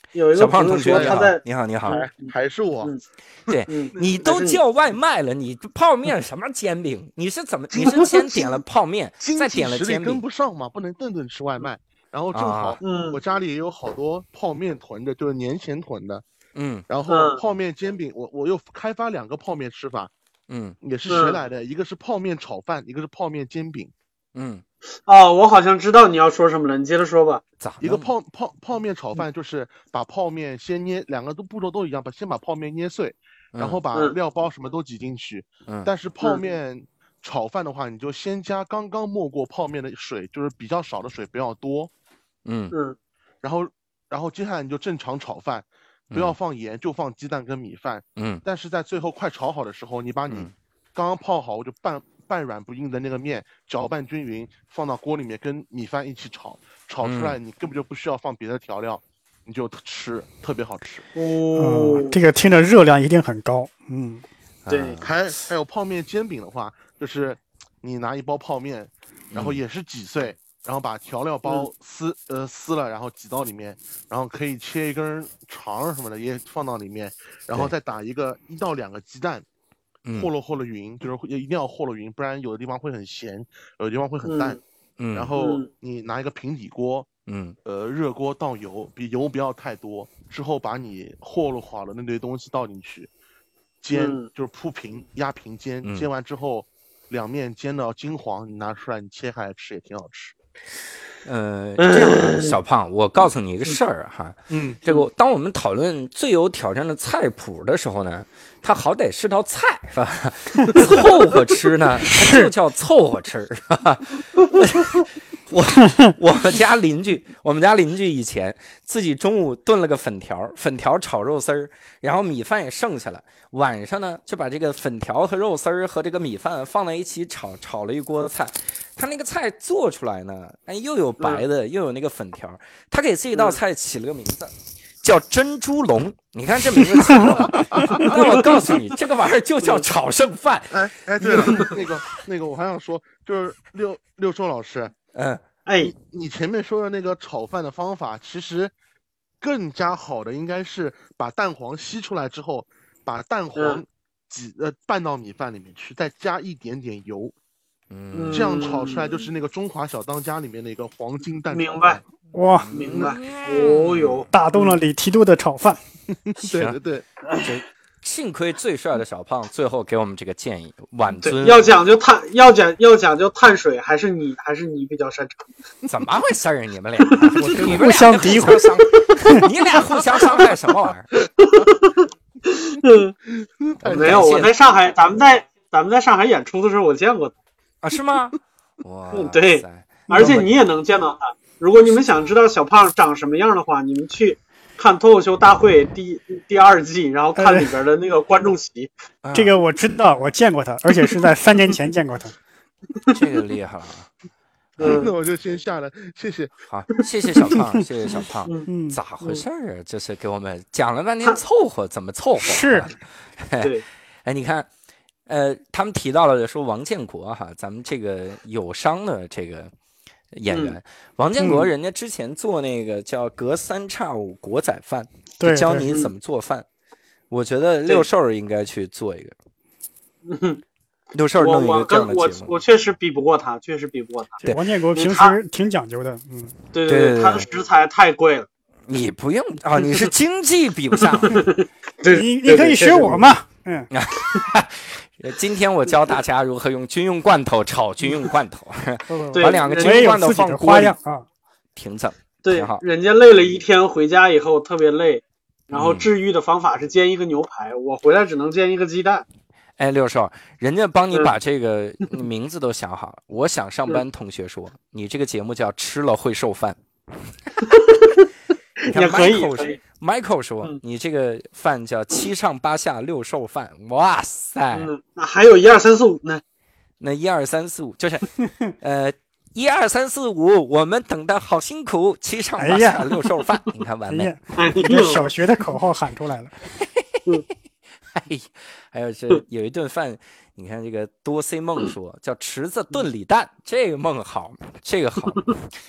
有一个朋友说他在， 你好你好， 还是我， 嗯、 对、 嗯、 你都叫外卖了，你泡面什么煎饼？你是怎么？你是先点了泡面，再点了煎饼？ 跟不上嘛，不能顿顿吃外卖。然后正好， 嗯， 我家里也有好多泡面囤着，就是年前囤的。 嗯， 然后泡面煎饼，我我又开发两个泡面吃法。 嗯， 也是学来的，一个是泡面炒饭，一个是泡面煎饼。 嗯， 哦，我好像知道你要说什么了，你接着说吧。 咋？ 一个泡泡泡面炒饭就是把泡面先捏，两个都步骤都一样，把先把泡面捏碎，然后把料包什么都挤进去。 嗯， 但是泡面炒饭的话，你就先加刚刚没过泡面的水，就是比较少的水，不要多。 嗯嗯， 然后然后接下来你就正常炒饭。不要放盐，就放鸡蛋跟米饭。 嗯， 但是在最后快炒好的时候，你把你刚刚泡好就半半软不硬的那个面搅拌均匀，放到锅里面跟米饭一起炒，炒出来你根本就不需要放别的调料，你就吃，特别好吃。 哦，这个听着热量一定很高。嗯， 对。 还还有泡面煎饼的话，就是你拿一包泡面，然后也是挤碎。然后把调料包撕、嗯、呃撕了，然后挤到里面，然后可以切一根肠什么的也放到里面，然后再打一个一到两个鸡蛋，和了和了匀，就是一定要和了匀，不然有的地方会很咸，有的地方会很淡。 嗯， 然后你拿一个平底锅， 嗯， 呃，热锅倒油，比油不要太多，之后把你和了好了那堆东西倒进去，煎、嗯、就是铺平压平煎， 嗯、 煎完之后两面煎到金黄，你拿出来你切开来吃也挺好吃。 呃，这样，小胖，我告诉你一个事儿哈， 嗯， 这个当我们讨论最有挑战的菜谱的时候呢，它好歹是道菜，是吧？凑合吃呢，它就叫凑合吃，是吧？我我们家邻居，我们家邻居以前自己中午炖了个粉条，粉条炒肉丝儿，然后米饭也剩下了，晚上呢就把这个粉条和肉丝儿和这个米饭放在一起炒，炒了一锅菜。他那个菜做出来呢，哎，又有白的，又有那个粉条，他给这一道菜起了个名字，叫珍珠龙。你看这名字起的，但我告诉你，这个玩意儿就叫炒剩饭。 哎哎，对了，那个那个，我还想说，就是六六寿老师。 嗯， 哎， 你你前面说的那个炒饭的方法，其实更加好的应该是把蛋黄吸出来之后，把蛋黄挤呃拌到米饭里面去，再加一点点油， 嗯， 这样炒出来就是那个中华小当家里面的一个黄金蛋。 明白， 哇， 明白，哦哟， 打动了李提督的炒饭。 对对对。 幸亏最帅的小胖最后给我们这个建议，晚尊要讲究碳，要讲要讲究碳水，还是你还是你比较擅长？ 怎么回事儿？你们俩，你们互相诋毁， 你俩互相伤害什么玩意儿？没有，我在上海，咱们在咱们在上海演出的时候，我见过他啊，是吗？哇， 对，而且你也能见到他。如果你们想知道小胖长什么样的话，你们去看脱口秀大会第第二季，然后看里边的那个观众席。 呃、这个我知道，我见过他，而且是在三年前见过他。 这个厉害了。 嗯，那我就先下了，谢谢。 好，谢谢小胖，谢谢小胖。 嗯， 咋回事啊？这是给我们讲了半天凑合，怎么凑合？ 是。 对。 哎，你看，呃，他们提到了说王建国哈，咱们这个友商的这个。演员、嗯、王建国，人家之前做那个叫隔三差五国仔饭， 对， 教你怎么做饭。我觉得六兽应该去做一个。 嗯， 六兽弄一个这样的节目。 我我我确实比不过他，确实比不过他。 对， 王建国平时挺讲究的，嗯， 对对 对, 对，他的食材太贵了。 你不用啊，你是经济比不上。 你你可以学我嘛，嗯。 今天我教大家如何用军用罐头炒军用罐头，把两个军用罐头放锅里啊， 挺整， 对，人家累了一天回家以后特别累，然后治愈的方法是煎一个牛排，嗯、我回来只能煎一个鸡蛋。 哎，六兽，人家帮你把这个名字都想好了。我想上班同学说，你这个节目叫吃了会瘦饭。 也可以。 Michael 说、嗯：“你这个饭叫七上八下六瘦饭，哇塞！ 嗯，那还有一二三四五呢？ 那一二三四五就是，呃，一二三四五，我们等的好辛苦，七上八下六瘦饭，哎、你看完没？ 哎、你这小学的口号喊出来了。 哎，还有这有一顿饭，你看这个多 C 梦说叫池子炖李蛋，这个梦好，这个好。”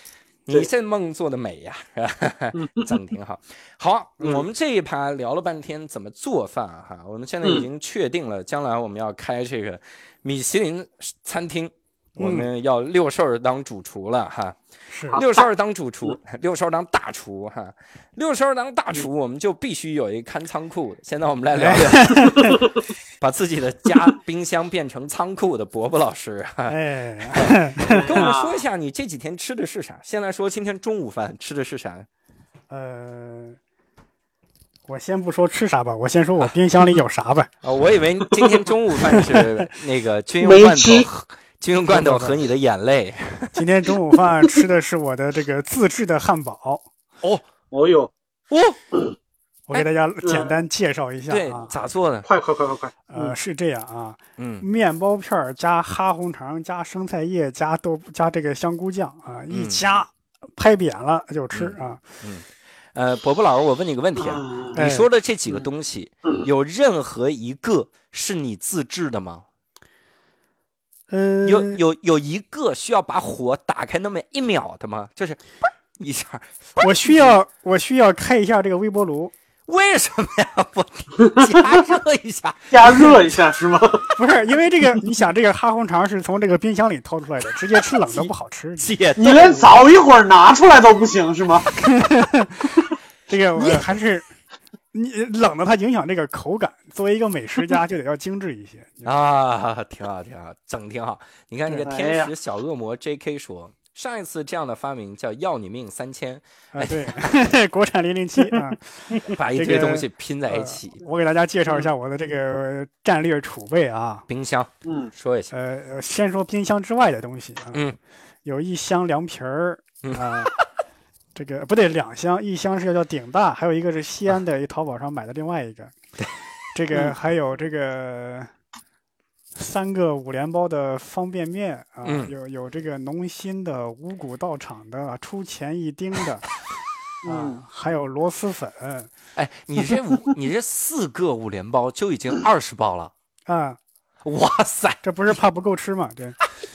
你这梦做的美呀，整挺好。好， 嗯、 我们这一趴聊了半天怎么做饭哈，我们现在已经确定了，将来我们要开这个米其林餐厅，我们要六兽当主厨了哈。 是六兽当主厨，六兽当大厨哈，六兽当大厨，我们就必须有一看仓库。现在我们来聊聊，把自己的家冰箱变成仓库的伯伯老师， 哎， 跟我们说一下你这几天吃的是啥？先来说今天中午饭吃的是啥？ 呃，我先不说吃啥吧，我先说我冰箱里有啥吧。 哦，我以为今天中午饭是那个军用罐头。军用罐头和你的眼泪。 今天中午饭吃的是我的这个自制的汉堡。 哦， 哦哟， 哦， 我给大家简单介绍一下啊。 对，咋做的？ 快快快快快！ 呃，是这样啊， 嗯， 面包片加哈红肠加生菜叶加豆加这个香菇酱啊，一加拍扁了就吃啊。 嗯，呃，伯伯老师，我问你个问题啊，你说的这几个东西，有任何一个是你自制的吗？ 呃， 有有有一个需要把火打开那么一秒的吗？就是一下， 我需要我需要开一下这个微波炉。 为什么呀？我加热一下， 加热一下是吗？ 不是，因为这个，你想这个哈红肠是从这个冰箱里掏出来的，直接吃冷的不好吃。 你连早一会儿拿出来都不行是吗？ 这个我还是。你冷的它影响这个口感，作为一个美食家就得要精致一些啊，挺好挺好，整挺好。你看这个天使小恶魔 J K 说，上一次这样的发明叫要你命三千啊，对，国产零零七啊， 把一堆东西拼在一起、 这个呃。我给大家介绍一下我的这个战略储备啊， 冰箱， 嗯， 说一下。 呃，先说冰箱之外的东西啊， 嗯， 有一箱凉皮儿嗯、 啊。这个不对，两箱，一箱是叫鼎大，还有一个是西安的，一淘宝上买的另外一个。这个还有这个三个五连包的方便面啊， 嗯、 有有这个农心的、五谷道场的、出前一丁的，啊，还有螺蛳粉。 哎，你这五，你这四个五连包就已经二十包了啊！ 哇塞， 这不是怕不够吃吗？对。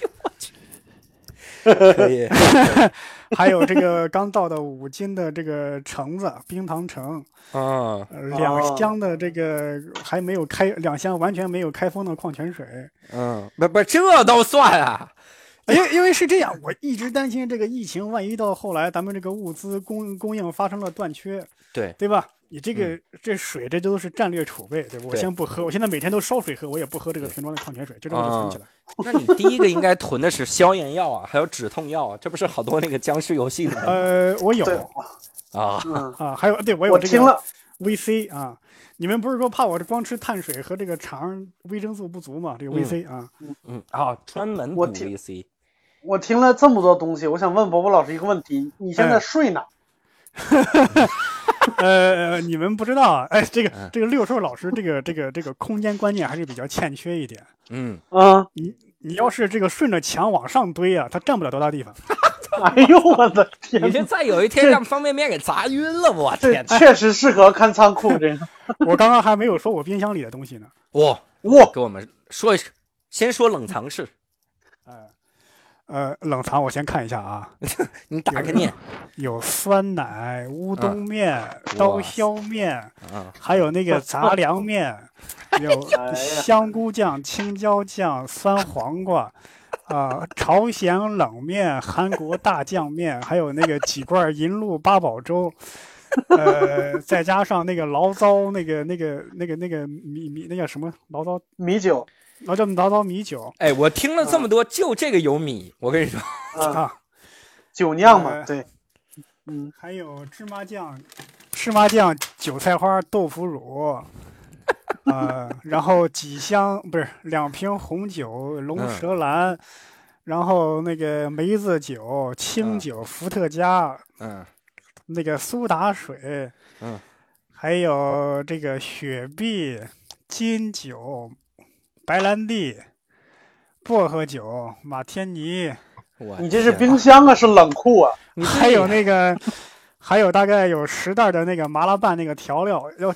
可以， 还有这个刚到的五斤的这个橙子，冰糖橙， 啊、 呃，两箱的这个还没有开，两箱完全没有开封的矿泉水， 嗯，不不，这都算啊， 因为因为是这样，我一直担心这个疫情，万一到后来咱们这个物资供供应发生了断缺， 对对吧？你这个、 嗯、 这水这都是战略储备，对吧？我先不喝，我现在每天都烧水喝，我也不喝这个瓶装的矿泉水，这种就存起来。 那你第一个应该囤的是消炎药啊，还有止痛药啊，这不是好多那个僵尸游戏吗？ 呃，我有啊啊，还有对我有这个 V C 啊。你们不是说怕我光吃碳水和这个肠维生素不足吗？这个 V C 啊， 嗯嗯啊，专门补 V C。 我听了这么多东西，我想问伯伯老师一个问题：你现在睡哪？ 呃，你们不知道啊，哎，这个这个六兽老师，这个这个这个空间观念还是比较欠缺一点。 嗯啊， 你你要是这个顺着墙往上堆啊，它占不了多大地方。 哎呦我的天！ 你这再有一天让方便面给砸晕了，我天！ 确实适合看仓库这个。 我刚刚还没有说我冰箱里的东西呢。 哇哇， 给我们说一说，先说冷藏室。 呃呃，冷藏我先看一下啊， 你打开念。 有酸奶、乌冬面、啊、刀削面， 啊、 还有那个杂粮面，有香菇酱、青椒酱、酸黄瓜，啊、呃，朝鲜冷面、韩国大酱面，还有那个几罐银鹭八宝粥，呃，再加上那个醪糟那个那个那个那个米米那叫什么醪糟米酒， 醪糟醪糟米酒。 哎，我听了这么多，就这个有米，我跟你说啊， 酒酿嘛，呃、对。 嗯，还有芝麻酱、芝麻酱、韭菜花、豆腐乳，呃，然后几箱不是两瓶红酒、龙舌兰，嗯、然后那个梅子酒、清酒、嗯、伏特加， 嗯， 那个苏打水， 嗯， 还有这个雪碧、金酒、白兰地、薄荷酒、马天尼。 你这是冰箱啊，是冷库啊！ 你还有那个，还有大概有十袋的那个麻辣拌那个调料，要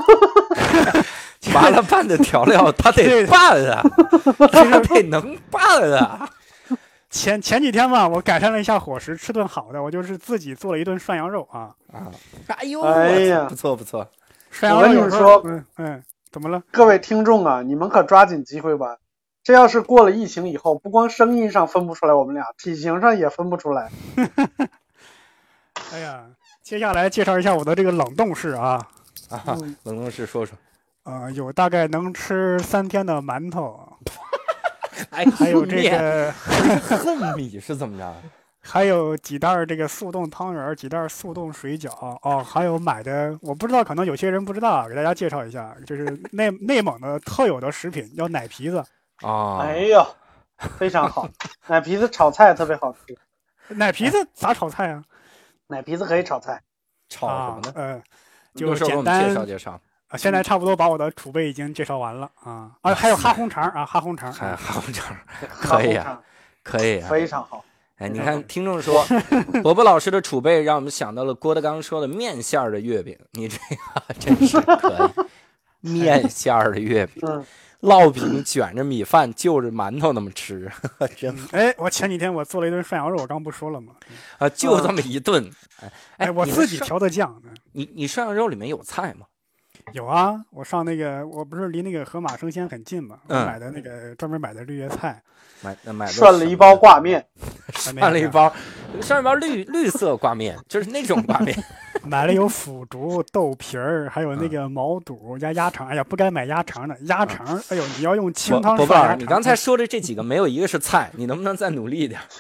麻辣拌的调料，它得拌啊，它得能拌啊。 前前几天吧，我改善了一下伙食，吃顿好的，我就是自己做了一顿涮羊肉啊啊！哎呦， 哎呀， 不错不错。 涮羊肉， 我跟你们说， 嗯嗯，怎么了？ 各位听众啊，你们可抓紧机会吧！这要是过了疫情以后，不光声音上分不出来我们俩，体型上也分不出来。 哎呀，接下来介绍一下我的这个冷冻室啊啊，冷冻室说说。 啊、呃，有大概能吃三天的馒头。 还还有这个恨米是怎么着？ 还有几袋这个速冻汤圆，几袋速冻水饺哦，还有买的我不知道，可能有些人不知道，给大家介绍一下，就是内内蒙的特有的食品叫奶皮子啊、哦。 哎呦，非常好，奶皮子炒菜特别好吃。 奶皮子咋炒菜啊？ 奶皮子可以炒菜， 炒什么呢？ 呃，呃就简单介绍介绍。 啊，现在差不多把我的储备已经介绍完了啊啊，还有哈红肠啊，哈红肠， 还有哈红肠，可以啊，可以啊， 非常好。 哎，你看，听众说，伯伯老师的储备让我们想到了郭德纲说的面馅儿的月饼，你这个真是可以，面馅儿的月饼， 嗯， 烙饼卷着米饭就着馒头那么吃，真好。 哎，我前几天我做了一顿涮羊肉，我刚不说了吗？ 啊，就这么一顿。 哎，哎我自己调的酱。 你你涮羊肉里面有菜吗？ 有啊，我上那个，我不是离那个河马生鲜很近嘛，我买的那个专门买的绿叶菜， 买买涮了一包挂面， 涮了一包，涮了一包绿绿色挂面，就是那种挂面。 买了有腐竹、豆皮儿，还有那个毛肚加鸭肠。哎呀，不该买鸭肠的，鸭肠，哎呦，你要用清汤涮鸭肠。 你刚才说的这几个没有一个是菜，你能不能再努力一点？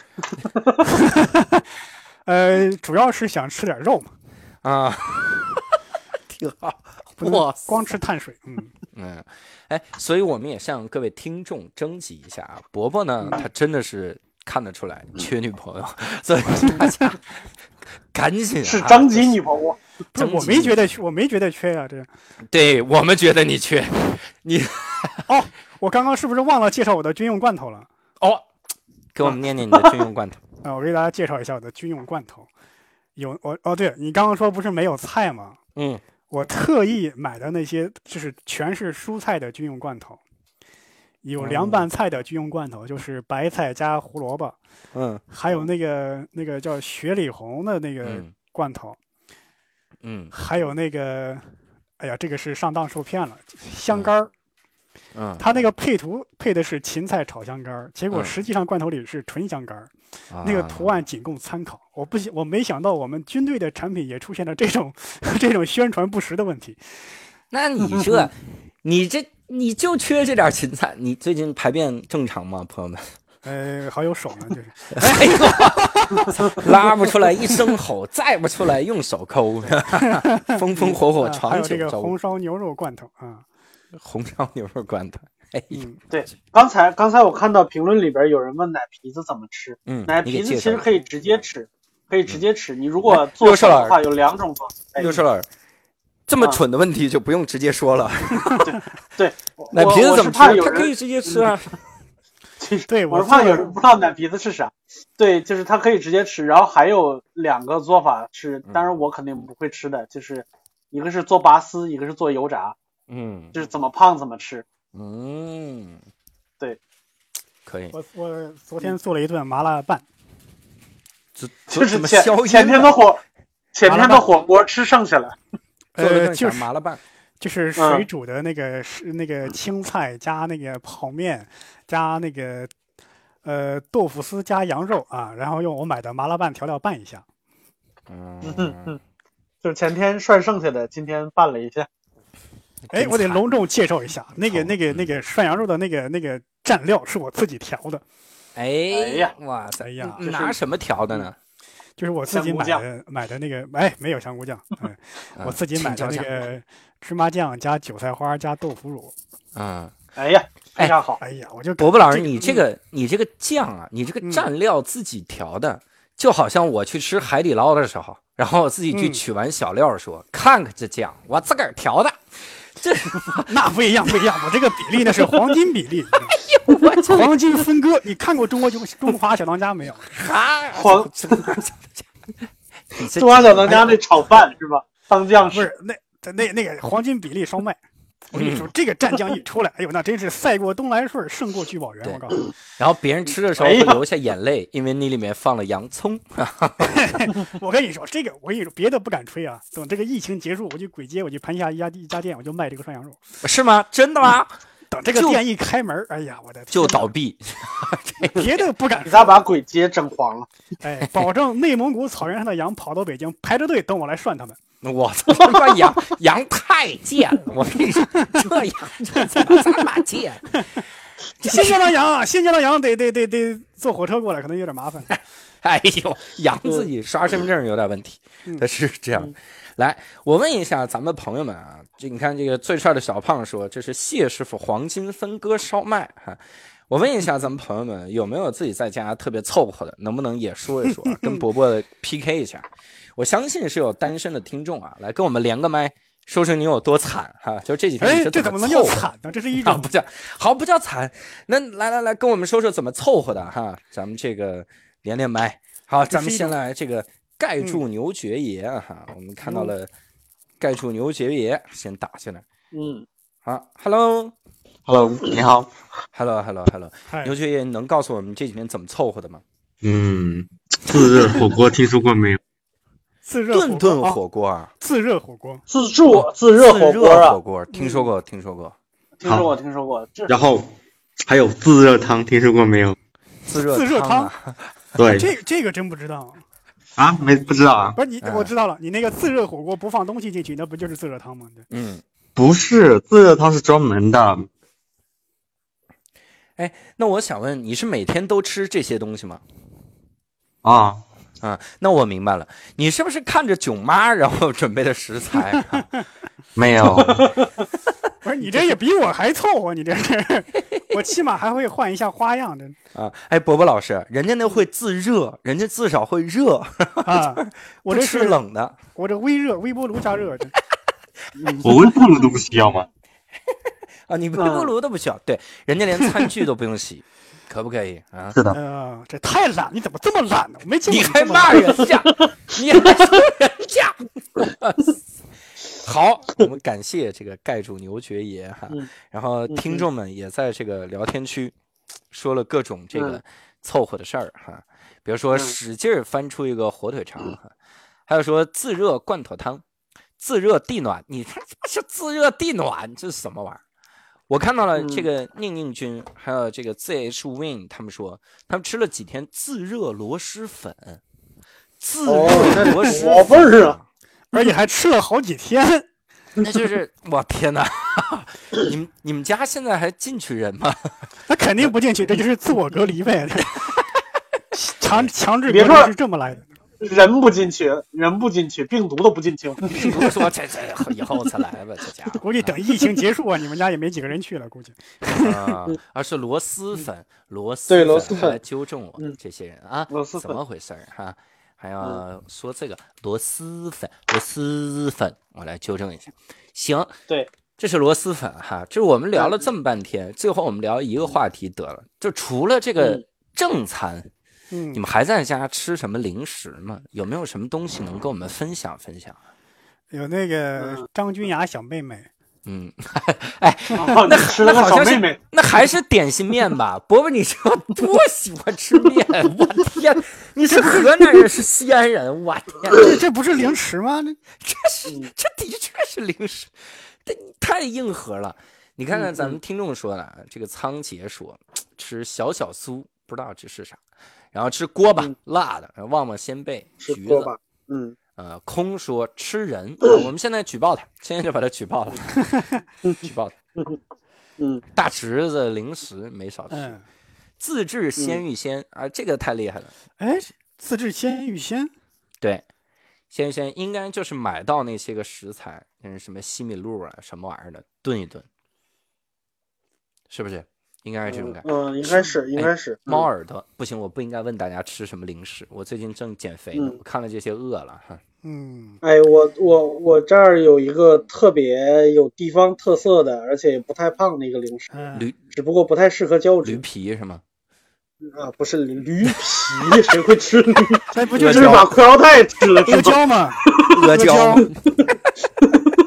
呃，主要是想吃点肉嘛。 啊，挺好。 哇，光吃碳水，嗯嗯，哎，所以我们也向各位听众征集一下啊，伯伯呢，他真的是看得出来缺女朋友，所以大家赶紧、啊、 是征集女朋友， 不是我没觉得缺，我没觉得缺呀、啊，这， 对我们觉得你缺，你哦，我刚刚是不是忘了介绍我的军用罐头了？ 哦，给我们念念你的军用罐头啊，我给大家介绍一下我的军用罐头，有我哦，对你刚刚说不是没有菜吗？ 嗯。 我特意买的那些就是全是蔬菜的军用罐头，有凉拌菜的军用罐头，就是白菜加胡萝卜， 嗯， 还有那个那个叫雪里红的那个罐头， 嗯， 还有那个，哎呀，这个是上当受骗了，香干儿， 嗯， 它那个配图配的是芹菜炒香干儿，结果实际上罐头里是纯香干儿。 嗯、 那个图案仅供参考，我不我没想到我们军队的产品也出现了这种这种宣传不实的问题。 那你这，你这你就缺这点芹菜。你最近排便正常吗，朋友们？ 呃，好有手呢，就是。 哎呦，拉不出来一声吼，再不出来用手抠，风风火火闯九州。 还有这个红烧牛肉罐头啊， 红烧牛肉罐头。哎， 嗯，对，刚才刚才我看到评论里边有人问奶皮子怎么吃， 嗯， 奶皮子其实可以直接吃，可以直接吃。你如果做熟的话，有两种方法。 六少老师，这么蠢的问题就不用直接说了。 对对， 奶皮子怎么吃？ 它可以直接吃啊。 其实对， 我是怕有人不知道奶皮子是啥。对，就是它可以直接吃，然后还有两个做法是，当然我肯定不会吃的，就是一个是做拔丝，一个是做油炸。 嗯， 就是怎么胖怎么吃。 嗯， 对， 可以。 我我昨天做了一顿麻辣拌， 就是前前天的火，前天的火锅吃剩下了。 呃，就是麻辣拌， 就是水煮的那个是、嗯、那个青菜加那个泡面加那个呃豆腐丝加羊肉啊，然后用我买的麻辣拌调料拌一下。 嗯嗯嗯，就是前天涮剩下的，今天拌了一下。 哎，我得隆重介绍一下，那个、那个、那个涮羊肉的那个、那个蘸料是我自己调的。 哎呀， 哇塞哎呀， 拿什么调的呢？ 就是我自己买的买的那个，哎，没有香菇酱，嗯，我自己买的那个芝麻酱加韭菜花加豆腐乳。 嗯， 哎呀，非常好。 哎呀，我就伯伯老师，你这个你这个酱啊，你这个蘸料自己调的，就好像我去吃海底捞的时候，然后我自己去取完小料说，看看这酱，我自个儿调的。这那不一样，不一样，我这个比例那是黄金比例，黄金分割。你看过中国中华小当家没有？ 啊， 黄中华小当家那炒饭是吧？当酱不是那那那个黄金比例烧麦。 我跟你说，这个蘸酱一出来，哎呦，那真是赛过东来顺，胜过聚宝源。我告诉你， 然后别人吃的时候会流下眼泪，因为你里面放了洋葱。 我跟你说，这个我跟你说，别的不敢吹啊。等这个疫情结束，我去簋街，我去盘下一家一家店，我就卖这个涮羊肉。 是吗？真的吗？ 等这个店一开门，哎呀，我的就倒闭。 别的不敢说，他把簋街整黄了。 哎，保证内蒙古草原上的羊跑到北京排着队等我来涮他们。 我操，这羊羊太贱了！我跟你说，这羊这怎么这么贱？ 新疆的羊，新疆的羊得得得得坐火车过来，可能有点麻烦。 哎呦，羊自己刷身份证有点问题，它是这样。来，我问一下咱们朋友们啊，这你看这个最帅的小胖说这是谢师傅黄金分割烧麦哈。我问一下咱们朋友们有没有自己在家特别凑合的，能不能也说一说，跟伯伯 P K 一下？我相信是有单身的听众啊，来跟我们连个麦，说说你有多惨哈！就这几天你是这怎么能叫惨呢？这是一种、 啊、不叫好，不叫惨。那来来来，跟我们说说怎么凑合的哈。咱们这个连连麦，好，咱们先来这个盖住牛爵爷哈、嗯。我们看到了盖住牛爵爷，先打进来。 嗯， 好 ，Hello。 Hello， 你好。 Hello，Hello，Hello， 牛爵爷，你能告诉我们这几天怎么凑合的吗？ 嗯，自热火锅听说过没有？ 自热顿顿火锅啊， 自热火锅， 自助自热火锅啊， 火锅听说过，听说过， 听说过，听说过。 然后还有自热汤，听说过没有？ 自热自热汤， 对， 这这个真不知道啊，没不知道啊？ 不是你，我知道了，你那个自热火锅不放东西进去，那不就是自热汤吗？ 嗯， 不是，自热汤是专门的。 哎，那我想问，你是每天都吃这些东西吗？ 啊啊，那我明白了，你是不是看着囧妈然后准备的食材？啊、 没有， 不是你这也比我还凑合，你这是，我起码还会换一下花样的啊。哎，伯伯老师，人家那会自热，人家至少会热啊，我这是冷的， 我这微热，微波炉加热的。 我微波炉都不需要吗？ 啊，你微波炉都不需要，对，人家连餐具都不用洗，可不可以啊？ 是的。 呃，这太懒，你怎么这么懒呢？我没见过你还骂人家，你还说人家。好，我们感谢这个盖住牛爵爷哈，然后听众们也在这个聊天区说了各种这个凑合的事儿哈，比如说使劲翻出一个火腿肠哈，还有说自热罐头汤、自热地暖，你说是自热地暖，这是什么玩意儿？我看到了这个宁宁君，还有这个 Z H Win， 他们说他们吃了几天自热螺蛳粉，自热螺蛳粉、哦、味啊， 而且还吃了好几天。 那就是我天哪！你们你们家现在还进去人吗？ 那肯定不进去，这就是自我隔离呗。强强制隔离是这么来的。 人不进去，人不进去，病毒都不进去。 病毒说这这以后才来吧，这家伙。 估计等疫情结束啊，你们家也没几个人去了，估计。 啊，而是螺蛳粉，螺蛳对螺蛳粉来纠正我们这些人啊， 螺蛳粉怎么回事哈？还要说这个螺蛳粉，螺蛳粉，我来纠正一下。行， 对， 这是螺蛳粉哈。这我们聊了这么半天，最后我们聊一个话题得了，就除了这个正餐。 嗯， 你们还在家吃什么零食吗？有没有什么东西能跟我们分享分享？ 有那个张君雅小妹妹， 嗯，哎， 哦、 那吃了个小妹妹， 那还是点心面吧？伯伯，你说多喜欢吃面，我天！你是河南人，是西安人，我天！ 这这不是零食吗？ 这是这的确是零食，这太硬核了。你看看咱们听众说的，这个仓姐说吃小小酥，不知道这是啥。然后吃锅巴、嗯、辣的，旺旺仙贝、橘子， 嗯， 呃，空说吃人、啊，我们现在举报他，现在就把他举报了，举报他， 嗯， 大侄子零食没少吃， 嗯、 自制鲜芋仙、嗯、啊，这个太厉害了， 哎，自制鲜芋仙， 对，鲜芋仙应该就是买到那些个食材，嗯，什么西米露啊，什么玩意儿的，炖一炖，是不是？应该是这种感觉， 嗯，应该是，应该是。 哎、猫耳朵不行，我不应该问大家吃什么零食。我最近正减肥呢，嗯、我看了这些饿了哈。 嗯， 哎，我我我这儿有一个特别有地方特色的，而且不太胖的一个零食， 驴， 只不过不太适合胶质。 驴皮是吗？ 啊，不是驴皮，谁会吃驴？ 那不就是把裤腰带吃了？ 阿胶吗？ 阿胶。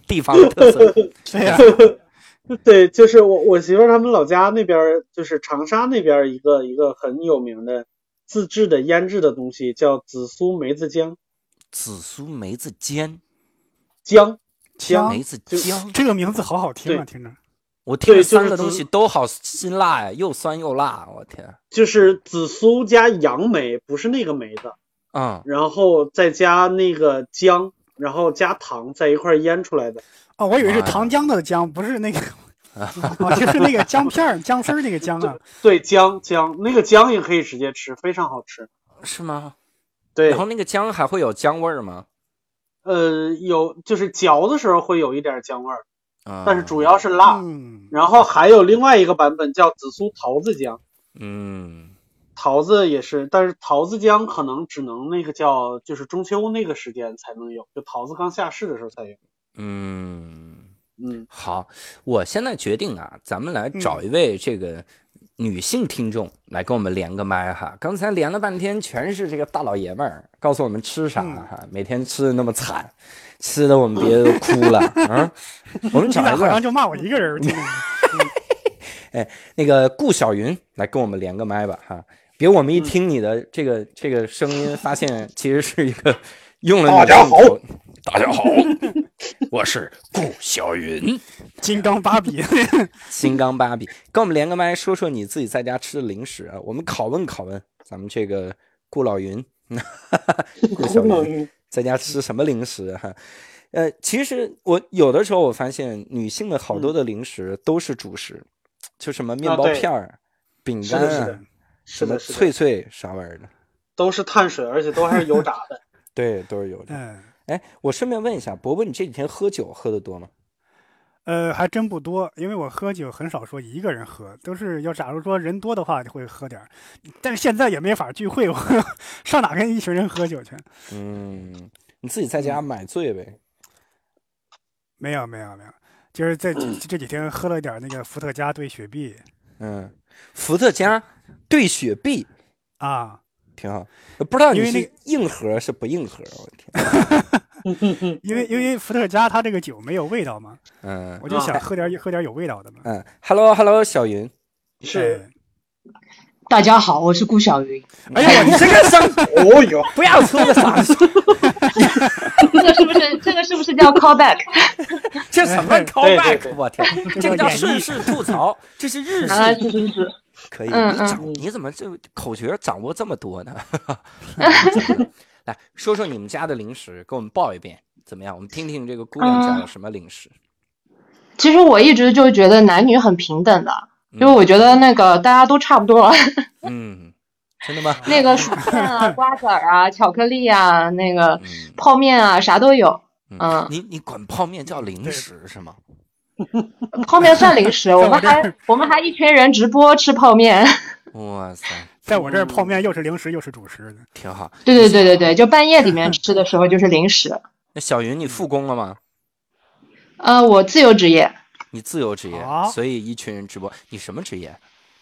地方的特色。 对呀、 啊，对，就是我我媳妇儿他们老家那边，就是长沙那边一个一个很有名的自制的腌制的东西，叫紫苏梅子姜。 紫苏梅子煎， 姜姜梅子姜， 这个名字好好听啊，听着。 我听着三个东西都好辛辣呀，又酸又辣，我天！ 就是紫苏加杨梅，不是那个梅子， 嗯， 然后再加那个姜，然后加糖在一块腌出来的。 哦，我以为是糖浆的姜，不是那个，哦，就是那个姜片、姜丝那个姜啊。 对，姜姜那个姜也可以直接吃，非常好吃。 是吗？ 对。 然后那个姜还会有姜味儿吗？ 呃，有，就是嚼的时候会有一点姜味儿。 嗯、 但是主要是辣、 嗯， 然后还有另外一个版本叫紫苏桃子姜， 嗯， 桃子也是，但是桃子姜可能只能那个叫就是中秋那个时间才能有，就桃子刚下市的时候才有。 嗯嗯， 好，我现在决定啊，咱们来找一位这个女性听众来跟我们连个麦哈。刚才连了半天全是这个大老爷们儿，告诉我们吃啥哈，每天吃的那么惨。吃的我们别都哭了啊！我们找一个， 好像就骂我一个人。 哎，那个顾小云来跟我们连个麦吧哈！别我们一听你的这个、嗯、这个声音，发现其实是一个用了。 大家好， 大家好，我是顾小云， 金刚芭比， 金刚芭比，跟我们连个麦，说说你自己在家吃的零食啊！我们拷问拷问咱们这个顾老云，顾小云。在家吃什么零食哈？呃，其实我有的时候我发现女性的好多的零食都是主食，嗯、就什么面包片儿、啊、饼干啊，什么脆脆啥玩意儿的， 都是碳水，而且都还是油炸的。 对，都是油炸。嗯，哎，我顺便问一下，伯伯，你这几天喝酒喝的多吗？ 呃，还真不多，因为我喝酒很少说一个人喝，都是要假如说人多的话就会喝点，但是现在也没法聚会，我上哪跟一群人喝酒去？ 嗯，你自己在家买醉呗？嗯、 没有没有没有，就是这这几天喝了点那个伏特加兑雪碧。 嗯，伏特加兑雪碧啊， 挺好。不知道你是硬核是不硬核？我天。 因为因为伏特加它这个酒没有味道嘛， 嗯， 我就想喝点、啊、喝点有味道的嘛。 嗯 ，Hello Hello， 小云， 是， 大家好，我是顾小云。 哎呀，你这个声， 哦哟， 不要出个啥？ 这个是不是这个是不是叫 callback？ 这什么 callback？ 对对对我天，这个叫顺势吐槽，这是日式。 啊，是是是。 可以， 嗯、 你掌你怎么这口诀掌握这么多呢？来说说你们家的零食，给我们报一遍怎么样？我们听听这个姑娘家有什么零食。 嗯、其实我一直就觉得男女很平等的，因为我觉得那个大家都差不多。 嗯，真的吗？ 那个薯片啊、瓜子儿啊、巧克力啊、那个泡面啊，啥都有。 嗯， 嗯你你管泡面叫零食是吗？ 泡面算零食，我们还我们还一群人直播吃泡面。 哇塞， 在我这儿泡面又是零食又是主食的， 挺好。 对对对对对，就半夜里面吃的时候就是零食。 那小云，你复工了吗？ 呃，我自由职业。 你自由职业， 啊、 所以一群人直播。你什么职业？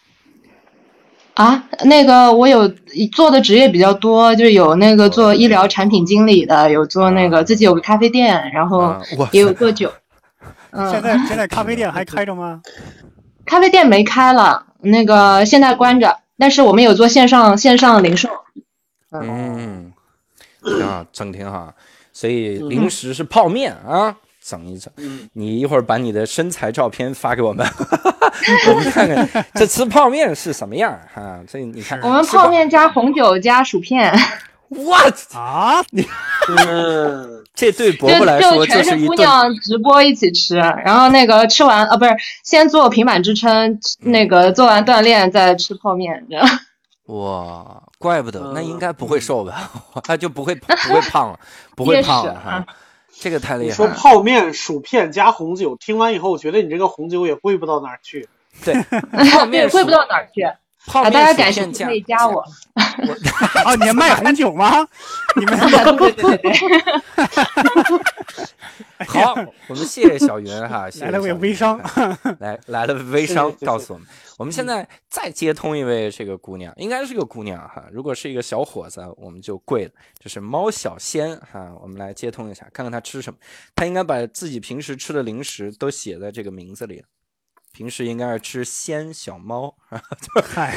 啊，那个我有做的职业比较多，就有那个做医疗产品经理的，有做那个自己有个咖啡店，然后也有做酒。 嗯、现在现在咖啡店还开着吗？ 咖啡店没开了，那个现在关着，但是我们有做线上线上零售。 嗯，挺好，整挺好。所以零食是泡面啊，整一整。你一会儿把你的身材照片发给我们，我们看看这吃泡面是什么样哈。所以你看， 我们泡面加红酒加薯片。 What 啊？ 你，嗯，这对伯伯来说就是一顿。 姑娘直播一起吃，然后那个吃完啊，不是先做平板支撑，那个做完锻炼再吃泡面，这样。 哇，怪不得，那应该不会瘦吧？他就不会不会胖了，不会胖了哈。这个太厉害了。 你说泡面、薯片加红酒，听完以后，我觉得你这个红酒也贵不到哪儿去。 对，泡面贵不到哪儿去。 泡啊，大家面薯感兴趣片酱可以加我。 我哦，你卖红酒吗？你们对对对对。 好，我们谢谢小云哈，谢谢来了位小云微商， 来来了微商谢谢告诉我们，我们现在再接通一位这个姑娘，应该是个姑娘哈，如果是一个小伙子，我们就跪了，就是猫小仙哈，我们来接通一下，看看他吃什么，他应该把自己平时吃的零食都写在这个名字里了。平时应该是吃鲜小猫， 嗨，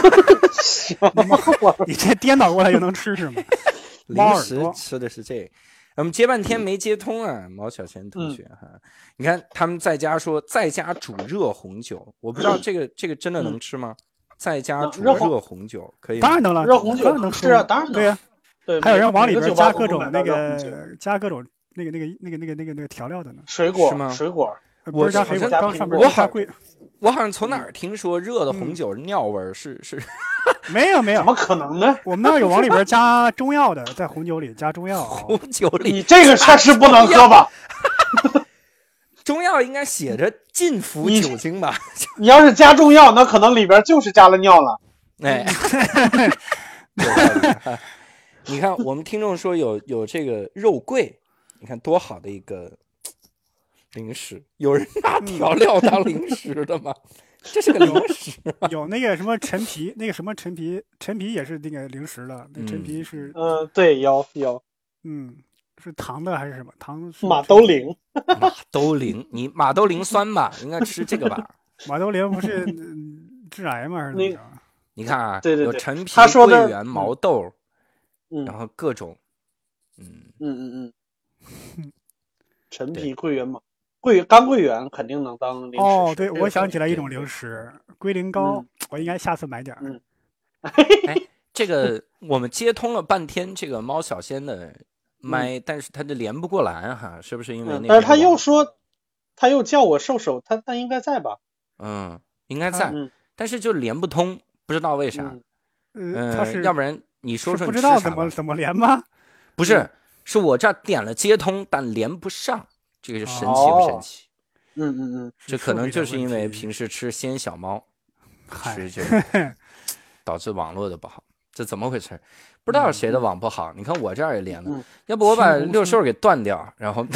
你这颠倒过来就能吃是吗？ 零食吃的是这个。我们接半天没接通啊，毛小贤同学哈、嗯，你看他们在家说在家煮热红酒，我不知道这个这个真的能吃吗？在家煮热红酒可以吗？ 当然能了， 热红酒能吃啊，当然能。 对呀， 对， 还有人往里边加各种那个加各种那个那个那个那个那个那个调料的呢， 水果是吗？ 水果， 不是加水果，刚上面我好贵。 我好像从哪儿听说热的红酒尿味儿是是， 没有没有， 怎么可能呢？ 我们那儿有往里边加中药的，在红酒里加中药。 红酒里， 你这个确实不能喝吧？ 中药应该写着禁服酒精吧？ 你要是加中药，那可能里边就是加了尿了。 哎，你看，我们听众说有有这个肉桂，你看多好的一个零食，有人拿调料当零食的吗？这是个零食、啊。 有那个什么陈皮，那个什么陈皮，陈皮也是那个零食了。那陈皮是， 嗯、呃，对，有有， 嗯，是糖的还是什么？糖马兜铃， 马兜铃，你马兜铃酸吧？应该吃这个吧？ 马兜铃不是、嗯、致癌吗？还是怎么着？ 你看啊， 对对对， 有陈皮、 桂圆、毛豆， 嗯， 然后各种， 嗯嗯嗯嗯，陈皮、桂圆、毛。桂干桂圆肯定能当零食。 哦，对，我想起来一种零食，龟苓膏、嗯，我应该下次买点儿。 嗯， 哎，这个我们接通了半天这个猫小仙的麦，嗯、但是他就连不过来哈，是不是因为那个、嗯？ 但是他又说，他又叫我瘦手，他他应该在吧？ 嗯，应该在， 嗯、 但是就连不通，不知道为啥。 嗯，呃、他是要不然你说说你不知道怎么怎么连吗？ 不是，是我这点了接通，但连不上。这个是神奇不神奇？ 哦、嗯嗯嗯， 这可能就是因为平时吃鲜小猫，吃这导致网络的不好，这怎么回事？不知道谁的网不好。嗯、你看我这儿也连了， 嗯、 要不我把六兽给断掉，然后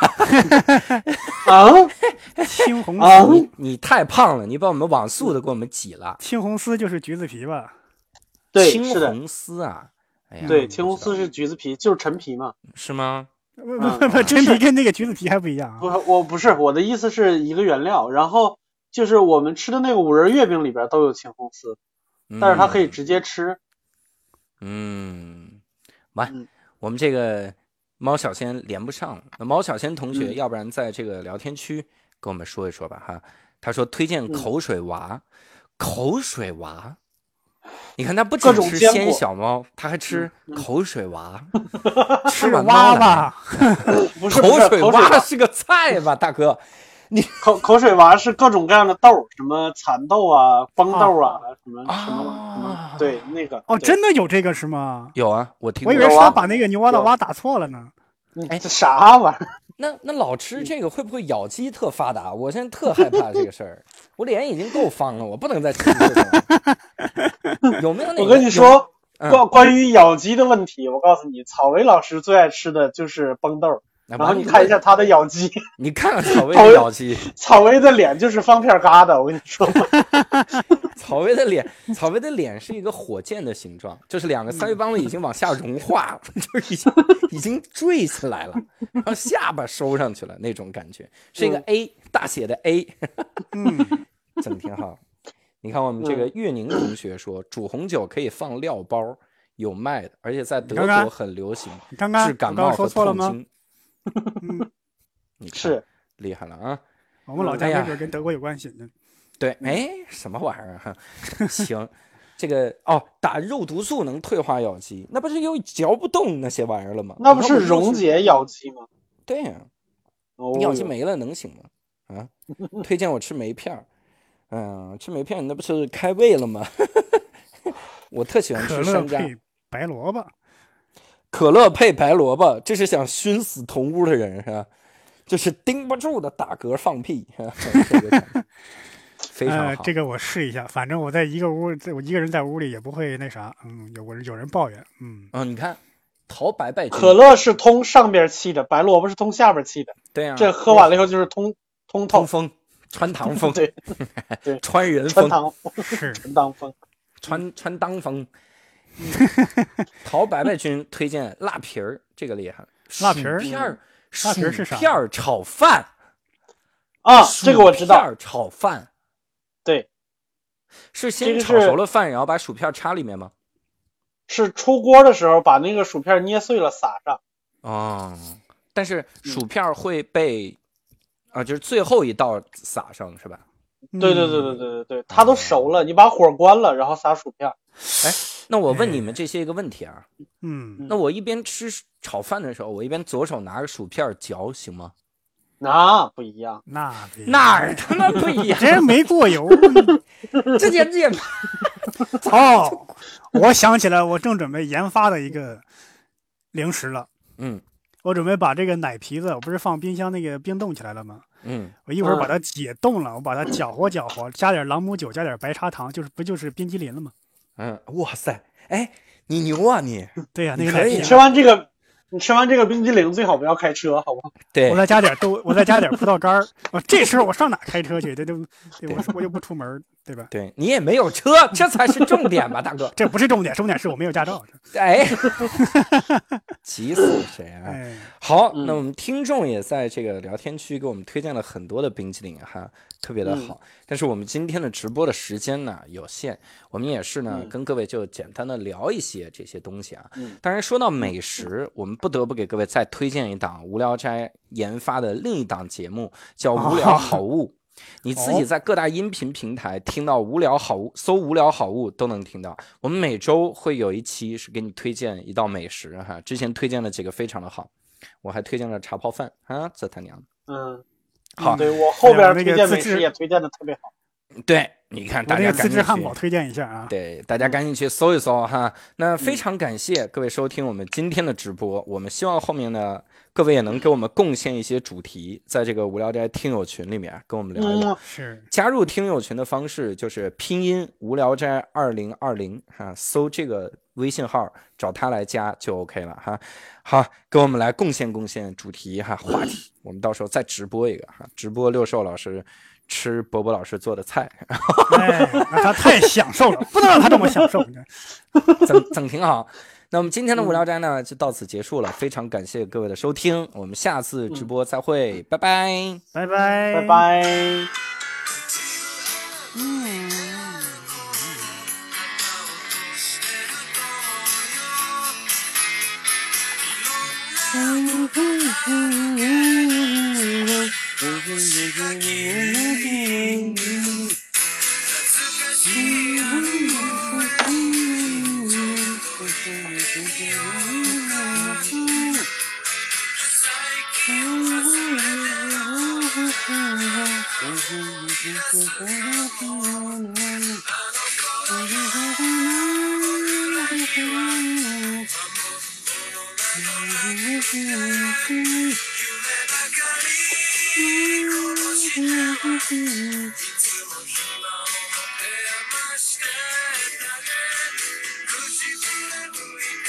啊， 青红丝， 啊、你你太胖了，你把我们网速都给我们挤了。 青红丝就是橘子皮吧？ 对， 青红丝啊，哎呀， 对，青红丝是橘子皮，就是陈皮嘛， 是吗？ 不不不，陈皮跟那个橘子皮还不一样、啊。 不，我不是我的意思是一个原料，然后就是我们吃的那个五仁月饼里边都有青红丝，但是它可以直接吃。 嗯，完、嗯，我们这个猫小仙连不上了。那猫小仙同学， 嗯、 要不然在这个聊天区跟我们说一说吧哈。他说推荐口水娃，嗯、口水娃。你看他不仅吃鲜小猫，他还吃口水娃， 嗯、 吃完蛙吧？ 不是， 口水娃是个菜吧，大哥？你口口水娃是各种各样的豆，什么蚕豆啊、帮豆啊，啊什么、 啊、 什么什么，对那个。 哦，真的有这个是吗？ 有啊，我听过。 我以为是他把那个牛蛙的蛙打错了呢。 哎，这啥玩意儿？ 那那老吃这个会不会咬肌特发达？我现在特害怕这个事儿，我脸已经够方了，我不能再吃这种。有没有那个？ 我跟你说，关关于咬肌的问题，我告诉你，草薇老师最爱吃的就是崩豆。然后你看一下他的咬肌， 你看看草薇的咬肌， 草薇的脸就是方片疙瘩，我跟你说。 草薇的脸，草薇的脸是一个火箭的形状，就是两个腮帮子已经往下融化了，就是已经已经坠起来了，然后下巴收上去了那种感觉，是一个 A、嗯、大写的 A， 嗯， 整挺好。你看我们这个岳宁同学说，煮红酒可以放料包，有卖的，而且在德国很流行，治感冒和痛经。 嗯， 你是厉害了啊！ 我们老家没准跟德国有关系呢。 对，哎，什么玩意儿哈？行，这个哦，打肉毒素能退化咬肌，那不是又嚼不动那些玩意儿了吗？ 那不是溶解咬肌吗？ 对呀、啊，你咬肌没了能行吗？啊，推荐我吃梅片儿，嗯、呃，吃梅片那不是开胃了吗？我特喜欢吃山楂， 白萝卜。 可乐配白萝卜，这是想熏死同屋的人是吧？就是盯不住的打嗝放屁。 非常好、呃。 这个我试一下，反正我在一个屋，我一个人在屋里也不会那啥。嗯，有有人抱怨。嗯， 哦，你看，陶白白可乐是通上边气的，白萝卜是通下边气的。 对啊， 这喝完了以后就是通通透通风，穿堂风。 对对， 穿人风，穿堂风是穿当风， 穿穿当风。陶白白君推荐辣皮儿，这个厉害。 辣皮儿片儿， 辣皮儿是啥？ 片儿炒饭啊，这个我知道。 片儿炒饭， 对， 是先炒熟了饭，然后把薯片插里面吗？ 是出锅的时候把那个薯片捏碎了撒上。 哦，但是薯片会被、嗯、啊，就是最后一道撒上是吧？ 对对对对对对对，它都熟了，你把火关了，然后撒薯片。 哎，那我问你们这些一个问题啊， 嗯， 那我一边吃炒饭的时候，我一边左手拿个薯片嚼行吗？ 那不一样， 那哪儿他妈不一样？ 真没过油， 这简直也哦，我想起来，我正准备研发的一个零食了。 嗯， 我准备把这个奶皮子，我不是放冰箱那个冰冻起来了吗？ 嗯， 我一会儿把它解冻了，我把它搅和搅和，加点朗姆酒，加点白砂糖，就是不就是冰激凌了吗？ 嗯，哇塞，哎，你牛啊你！ 对呀、啊，那个可以。 你吃完这个，你吃完这个冰激凌最好不要开车，好不好？ 对， 我再加点豆，我再加点葡萄干儿。我这时候我上哪开车去？这就对我我又不出门，对吧？ 对你也没有车，这才是重点吧，大哥。 这不是重点，重点是我没有驾照。 哎，急死谁啊！ 哎、 好，那我们听众也在这个聊天区给我们推荐了很多的冰淇淋哈，特别的好。嗯、但是我们今天的直播的时间呢有限，我们也是呢、嗯、跟各位就简单的聊一些这些东西啊。 嗯、 当然说到美食，我们不得不给各位再推荐一档无聊斋研发的另一档节目，叫《无聊好物》。哦，你自己在各大音频平台听到无聊好物，搜无聊好物都能听到。我们每周会有一期是给你推荐一道美食哈，之前推荐了几个非常的好，我还推荐了茶泡饭啊，这他娘的。 嗯， 好， 对我后边推荐美食也推荐的特别好。 对，你看大家赶紧去， 自制汉堡推荐一下啊！ 对，大家赶紧去搜一搜哈。那非常感谢各位收听我们今天的直播，我们希望后面呢，各位也能给我们贡献一些主题，在这个无聊斋听友群里面跟我们聊一聊。 嗯、是加入听友群的方式就是拼音无聊斋二零二零哈，搜这个微信号找他来加就 OK 了哈。好，跟我们来贡献贡献主题哈，话题，我们到时候再直播一个哈，直播六兽老师吃伯伯老师做的菜。 哎，他太享受了，不能让他这么享受。 整整挺好。那我们今天的无聊斋呢就到此结束了，非常感谢各位的收听，我们下次直播再会，嗯、拜拜， 拜拜， 拜拜。 嗯。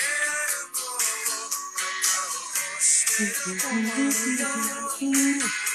Mm-hmm.